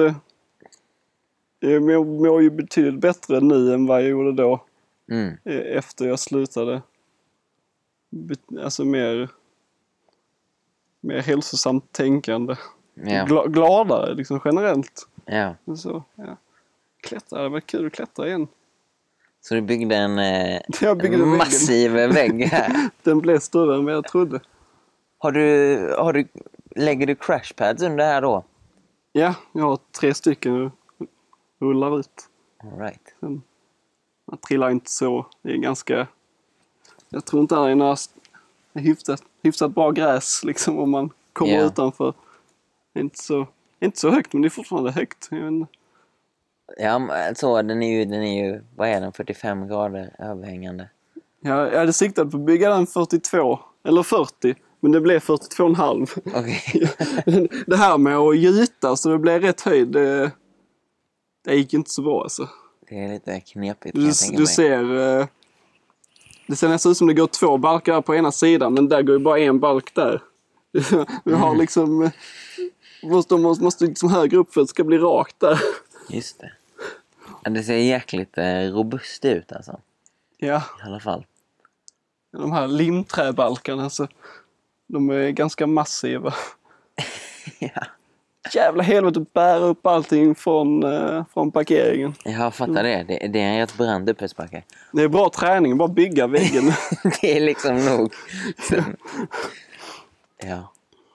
jag mår ju betydligt bättre nu än vad jag gjorde då. Mm. Efter jag slutade. Alltså mer hälsosamt tänkande. Ja. Gladare liksom generellt. Ja. Så, ja. Klättra, det var kul att klättra igen. Så du byggde en byggde massiv vägg här. Den blev större än vad jag trodde. Lägger du crashpads under här då? Ja, jag har 3 stycken och rullar ut. All right. Sen, man trillar inte så. Det är ganska... Jag tror inte det är några hyfsat bra gräs liksom om man kommer utanför. Det är inte så högt, men det är fortfarande högt. Ja, så den är ju vad är den, 45 grader överhängande. Ja, jag hade siktat på att bygga den 42 eller 40, men det blev 42,5. Okej. Det här med att gjuta så det blev rätt höjd, det gick inte så bra alltså. Det är lite knepigt kan jag tänka mig. Du ser det ser nästan ut som det går 2 balkar på ena sidan, men där går ju bara en balk där. Vi har liksom måste liksom högre upp för att det ska bli rakt där. Just det. Ja, det ser jäkligt robust ut alltså. Ja. I alla fall. De här limträbalkarna så de är ganska massiva. Ja. Jävla helvete att bära upp allting från parkeringen. Jag fattar det. Det är en rätt brand uppförsbacke. Det är bra träning, bara bygga väggen. Det är liksom nog. Ja.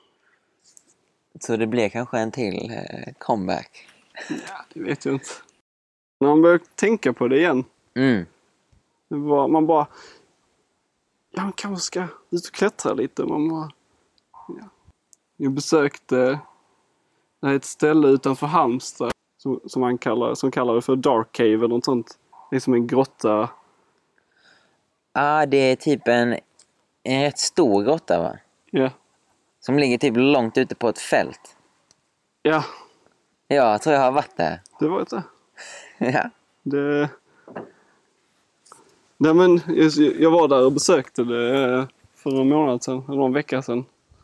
Så det blir kanske en till comeback. Ja, det vet jag inte. När man börjar tänka på det igen. Mm. Man bara... Ja, man kanske ska ut och klättra lite. Man bara... Ja. Jag besökte... Det är ett ställe utanför Halmstad. Som kallar det för Dark Cave eller något sånt. Det är som en grotta. Det är typ en rätt stor grotta va? Ja. Som ligger typ långt ute på ett fält. Ja. Ja, jag tror jag har varit där. Det var det. Ja. Nej, men jag var där och besökte det för en månad sedan, eller någon vecka sedan.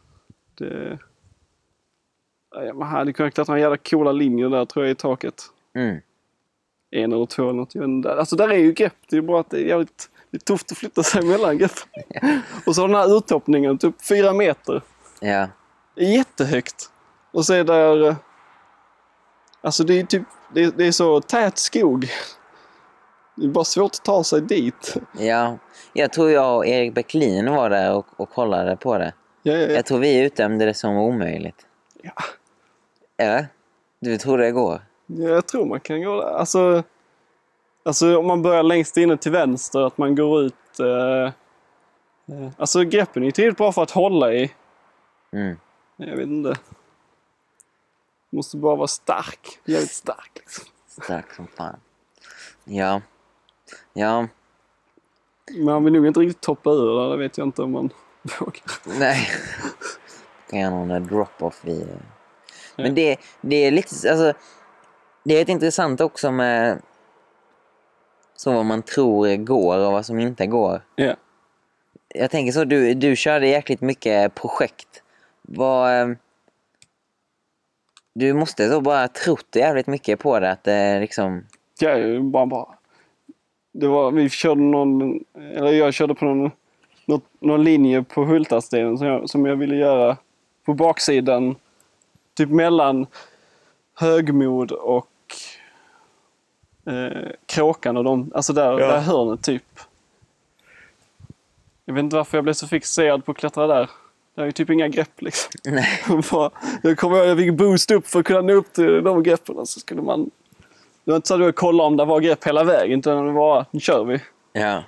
Man hade kunnat klättra en jävla coola linjer där tror jag i taket. Mm. 1 eller 2 eller något. Alltså där är ju grepp, det är bara att det är jävligt tufft att flytta sig mellan grepp. Ja. Och så har den här uttoppningen typ 4 meter. Ja. jättehögt. Och så är där... Alltså det är typ... Det är så tät skog. Det är bara svårt att ta sig dit. Ja, jag tror jag och Erik Bäcklin var där och kollade på det. Ja. Jag tror vi utdömde det som omöjligt. Ja. Ja, du tror det går? Ja, jag tror man kan gå där. Alltså om man börjar längst inne till vänster, att man går ut... Alltså greppen är tillräckligt bra för att hålla i. Mm. Jag vet inte. Måste bara vara stark. Jävligt stark liksom. Stark som fan. Ja. Ja. Men man vill nog inte riktigt toppa ur det vet jag inte om man vågar. Nej. Kan jag nog en drop-off i. Men det är lite, alltså, det är ett intressant också med så vad man tror går och vad som inte går. Ja. Jag tänker så, du körde jäkligt mycket projekt. Du måste så bara trott jävligt mycket på det, att det liksom... Ja, bara. Vi körde jag körde på någon linje på Hultastenen som jag ville göra på baksidan. Typ mellan Högmod och Kråkan och alltså där hörnet typ. Jag vet inte varför jag blev så fixerad på att klättra där. Det är ju typ inga grepp liksom. Nej. Jag fick boost upp för att kunna nå upp till de greppen. Så skulle man... Det var inte så att jag kollade om det var grepp hela vägen. Utan det var, nu kör vi. Ja.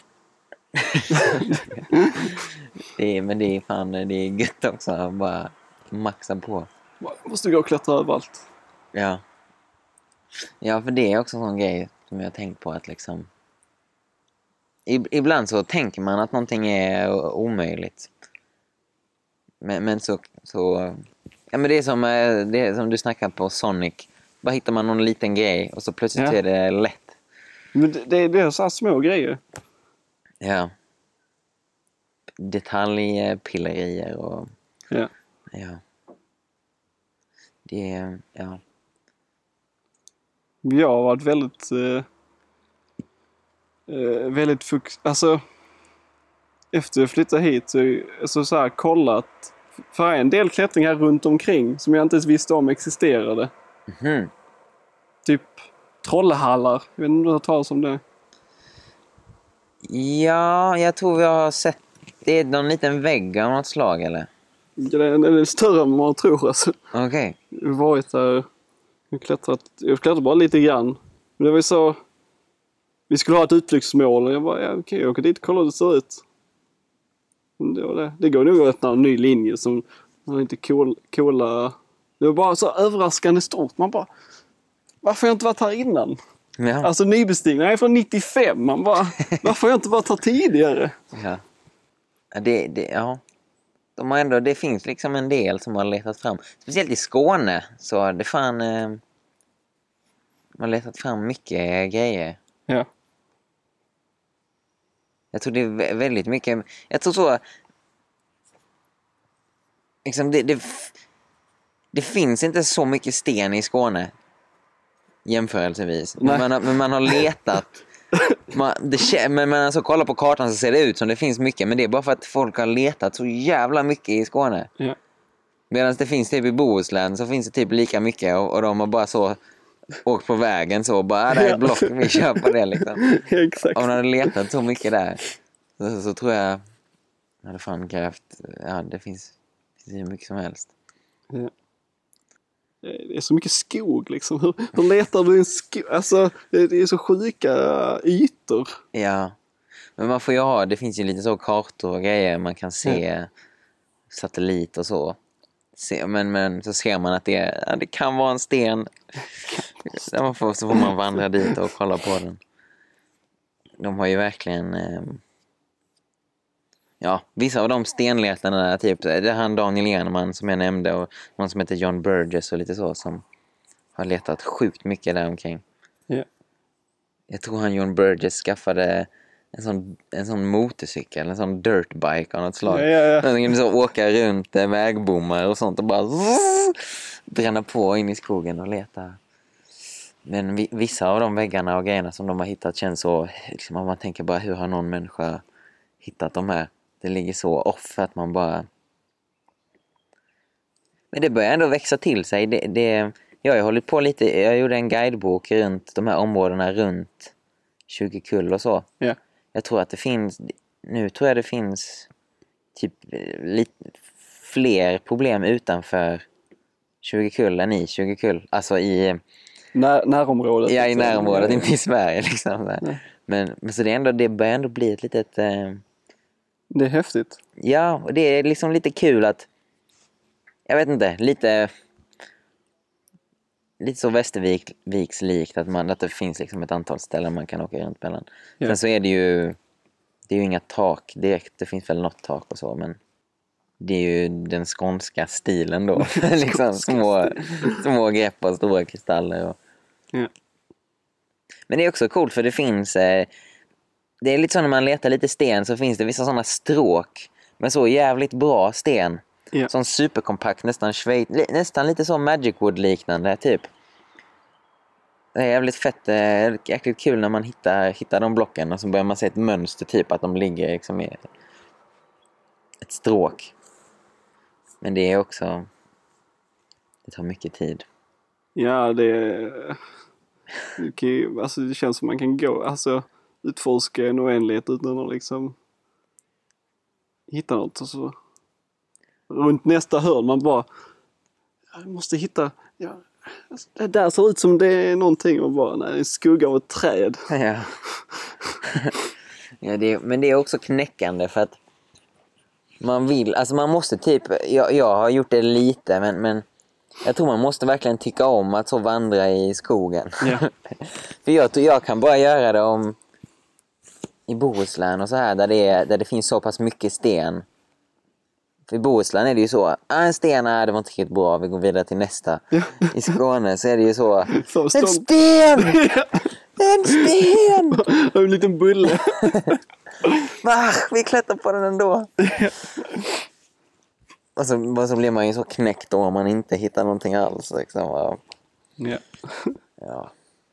Men det är fan, det är gött också. Bara maxa på. Jag måste gå och klättra överallt. Ja. Ja, för det är också en sån grej som jag har tänkt på att liksom... Ibland så tänker man att någonting är omöjligt. Men så ja, men det är som du snackar på Sonic. Bara hittar man någon liten grej och så plötsligt är det lätt. Men det är så här små grejer. Ja. Detaljpillerier och... Ja. Ja. Det är... Ja. Jag har varit väldigt alltså efter jag flyttade hit så här kollat för en del klättringar runt omkring som jag inte ens visste om existerade. Mhm. Typ Trollhallar. Jag vet inte om du har talat om det. Ja, jag tror vi har sett... Det är någon liten vägg av något slag, eller? Den är större än man tror. Alltså. Okej. Jag har varit där. Jag klättrat bara lite grann. Men det var ju så... Vi skulle ha ett utflyktsmål och jag bara, okej, jag åker dit och kollar hur det ser ut. Det går nog att öppna en ny linje som har inte coola... Det var bara så överraskande stort. Man bara, varför har jag inte varit här innan? Ja. Alltså nybestigning är från 95. Man bara, varför har jag inte varit här tidigare? Ja. Ja. De har ändå, det finns liksom en del som har letat fram. Speciellt i Skåne så det fan... Man har letat fram mycket grejer. Ja. Jag tror det är väldigt mycket... Jag tror så... Liksom det finns inte så mycket sten i Skåne. Jämförelsevis. Men man har letat... Men man alltså kollar på kartan så ser det ut som det finns mycket. Men det är bara för att folk har letat så jävla mycket i Skåne. Ja. Medan det finns typ i Bohuslän så finns det typ lika mycket. Och de har bara så... åkt på vägen så bara, det är ett block, vi kör på det liksom. Exakt. Om man hade letat så mycket där så tror jag hade fan grävt, ja det finns hur mycket som helst. Ja. Det är så mycket skog liksom. Hur letar du en skog? Alltså, det är så sjuka ytor. Ja, men man får ju ha, det finns ju lite så kartor och grejer, man kan se satellit och så. Men så ser man att det kan vara en sten. Så får man vandra dit och kolla på den. De har ju verkligen... vissa av de stenletarna där, typ, det är han Daniel Ehneman som jag nämnde och någon som heter John Burgess och lite så som har letat sjukt mycket där omkring. Ja. Jag tror han John Burgess skaffade en sån motorcykel, en sån dirtbike av något slag. Ja. Man kunde så åka runt vägbommar och sånt och bara bränna på in i skogen och leta. Men vissa av de väggarna och grejerna som de har hittat känns så, liksom, om man tänker bara hur har någon människa hittat de här? Det ligger så off att man bara... Men det börjar ändå växa till sig. Jag har hållit på lite, jag gjorde en guidebok runt de här områdena runt 20 kull och så. Ja. Jag tror att det finns, nu tror jag det finns typ lite fler problem utanför 20 kull än i 20 kull. Alltså i närområdet. Ja, i liksom. närområdet, inte i Sverige liksom. Ja. Men så det börjar ändå bli ett litet... Det är häftigt. Ja, och det är liksom lite kul att... Jag vet inte, lite så Västerviks likt att det finns liksom ett antal ställen man kan åka runt mellan. Ja. Sen så är det ju inga tak direkt, det finns väl något tak och så, men det är ju den skånska stilen då. Liksom små grepp och stora kristaller. Ja. Men det är också coolt för det finns... det är lite så när man letar lite sten så finns det vissa sådana stråk med så jävligt bra sten. Ja. Sån superkompakt, nästan lite så Magic Wood liknande typ. Det är jävligt fett, jäkligt kul när man hittar de blocken och så börjar man se ett mönster typ att de ligger liksom i ett stråk. Men det är också, det tar mycket tid. Ja, det känns som man kan utforska en oändlighet utan att liksom hitta något och så runt nästa hörn man bara jag måste hitta det där ser ut som det är någonting och bara nej, en skugga av ett träd. Ja. Men det är också knäckande för att man måste typ jag har gjort det lite men jag tror man måste verkligen tycka om att så vandra i skogen. Ja. För jag kan bara göra det i Bohuslän och så här där det finns så pass mycket sten. För i Bohuslän är det ju så, en sten det var inte riktigt bra, vi går vidare till nästa. Ja. I Skåne så är det ju så, en sten! En sten! En liten bulle. Vi klättrar på den ändå. Och så blir man ju så knäckt då om man inte hittar någonting alls. Liksom. Ja.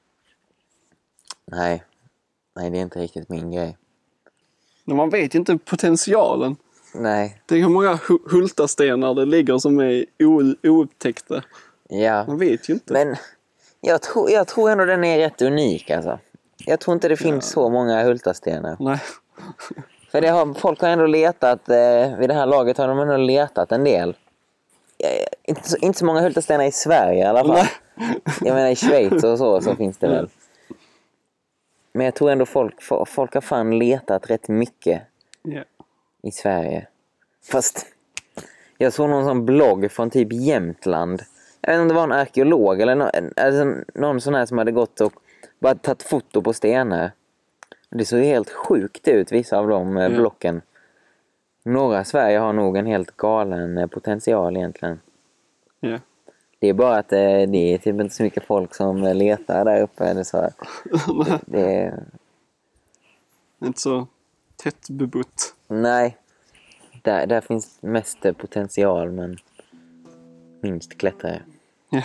Nej, det är inte riktigt min grej. Men man vet ju inte potentialen. Nej. Det är hur många hultastenar det ligger som är oupptäckta. Ja. Man vet ju inte. Men jag tror ändå den är rätt unik alltså. Jag tror inte det finns så många hultastenar. Nej. För folk har ändå letat, vid det här laget har de ändå letat en del. Inte så många hultastenar i Sverige i alla fall. Nej. Jag menar i Schweiz och så finns det väl. Men jag tror ändå folk har fan letat rätt mycket i Sverige. Fast jag såg någon sån blogg från typ Jämtland. Jag vet inte om det var en arkeolog eller någon sån här som hade gått och bara tagit foto på stenar. Det såg helt sjukt ut, vissa av de blocken. Norra Sverige har nog en helt galen potential egentligen. Ja. Det är bara att det är typ inte så mycket folk som letar där uppe. Eller så. Det är inte så tätt bebott. Nej, där finns mest potential men minst klättrare. Ja.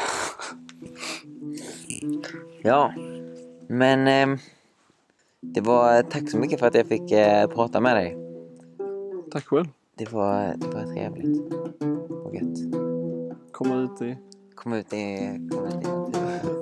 Ja, men det var tack så mycket för att jag fick prata med dig. Tack själv. Det var trevligt och gött. Komma ut i naturen.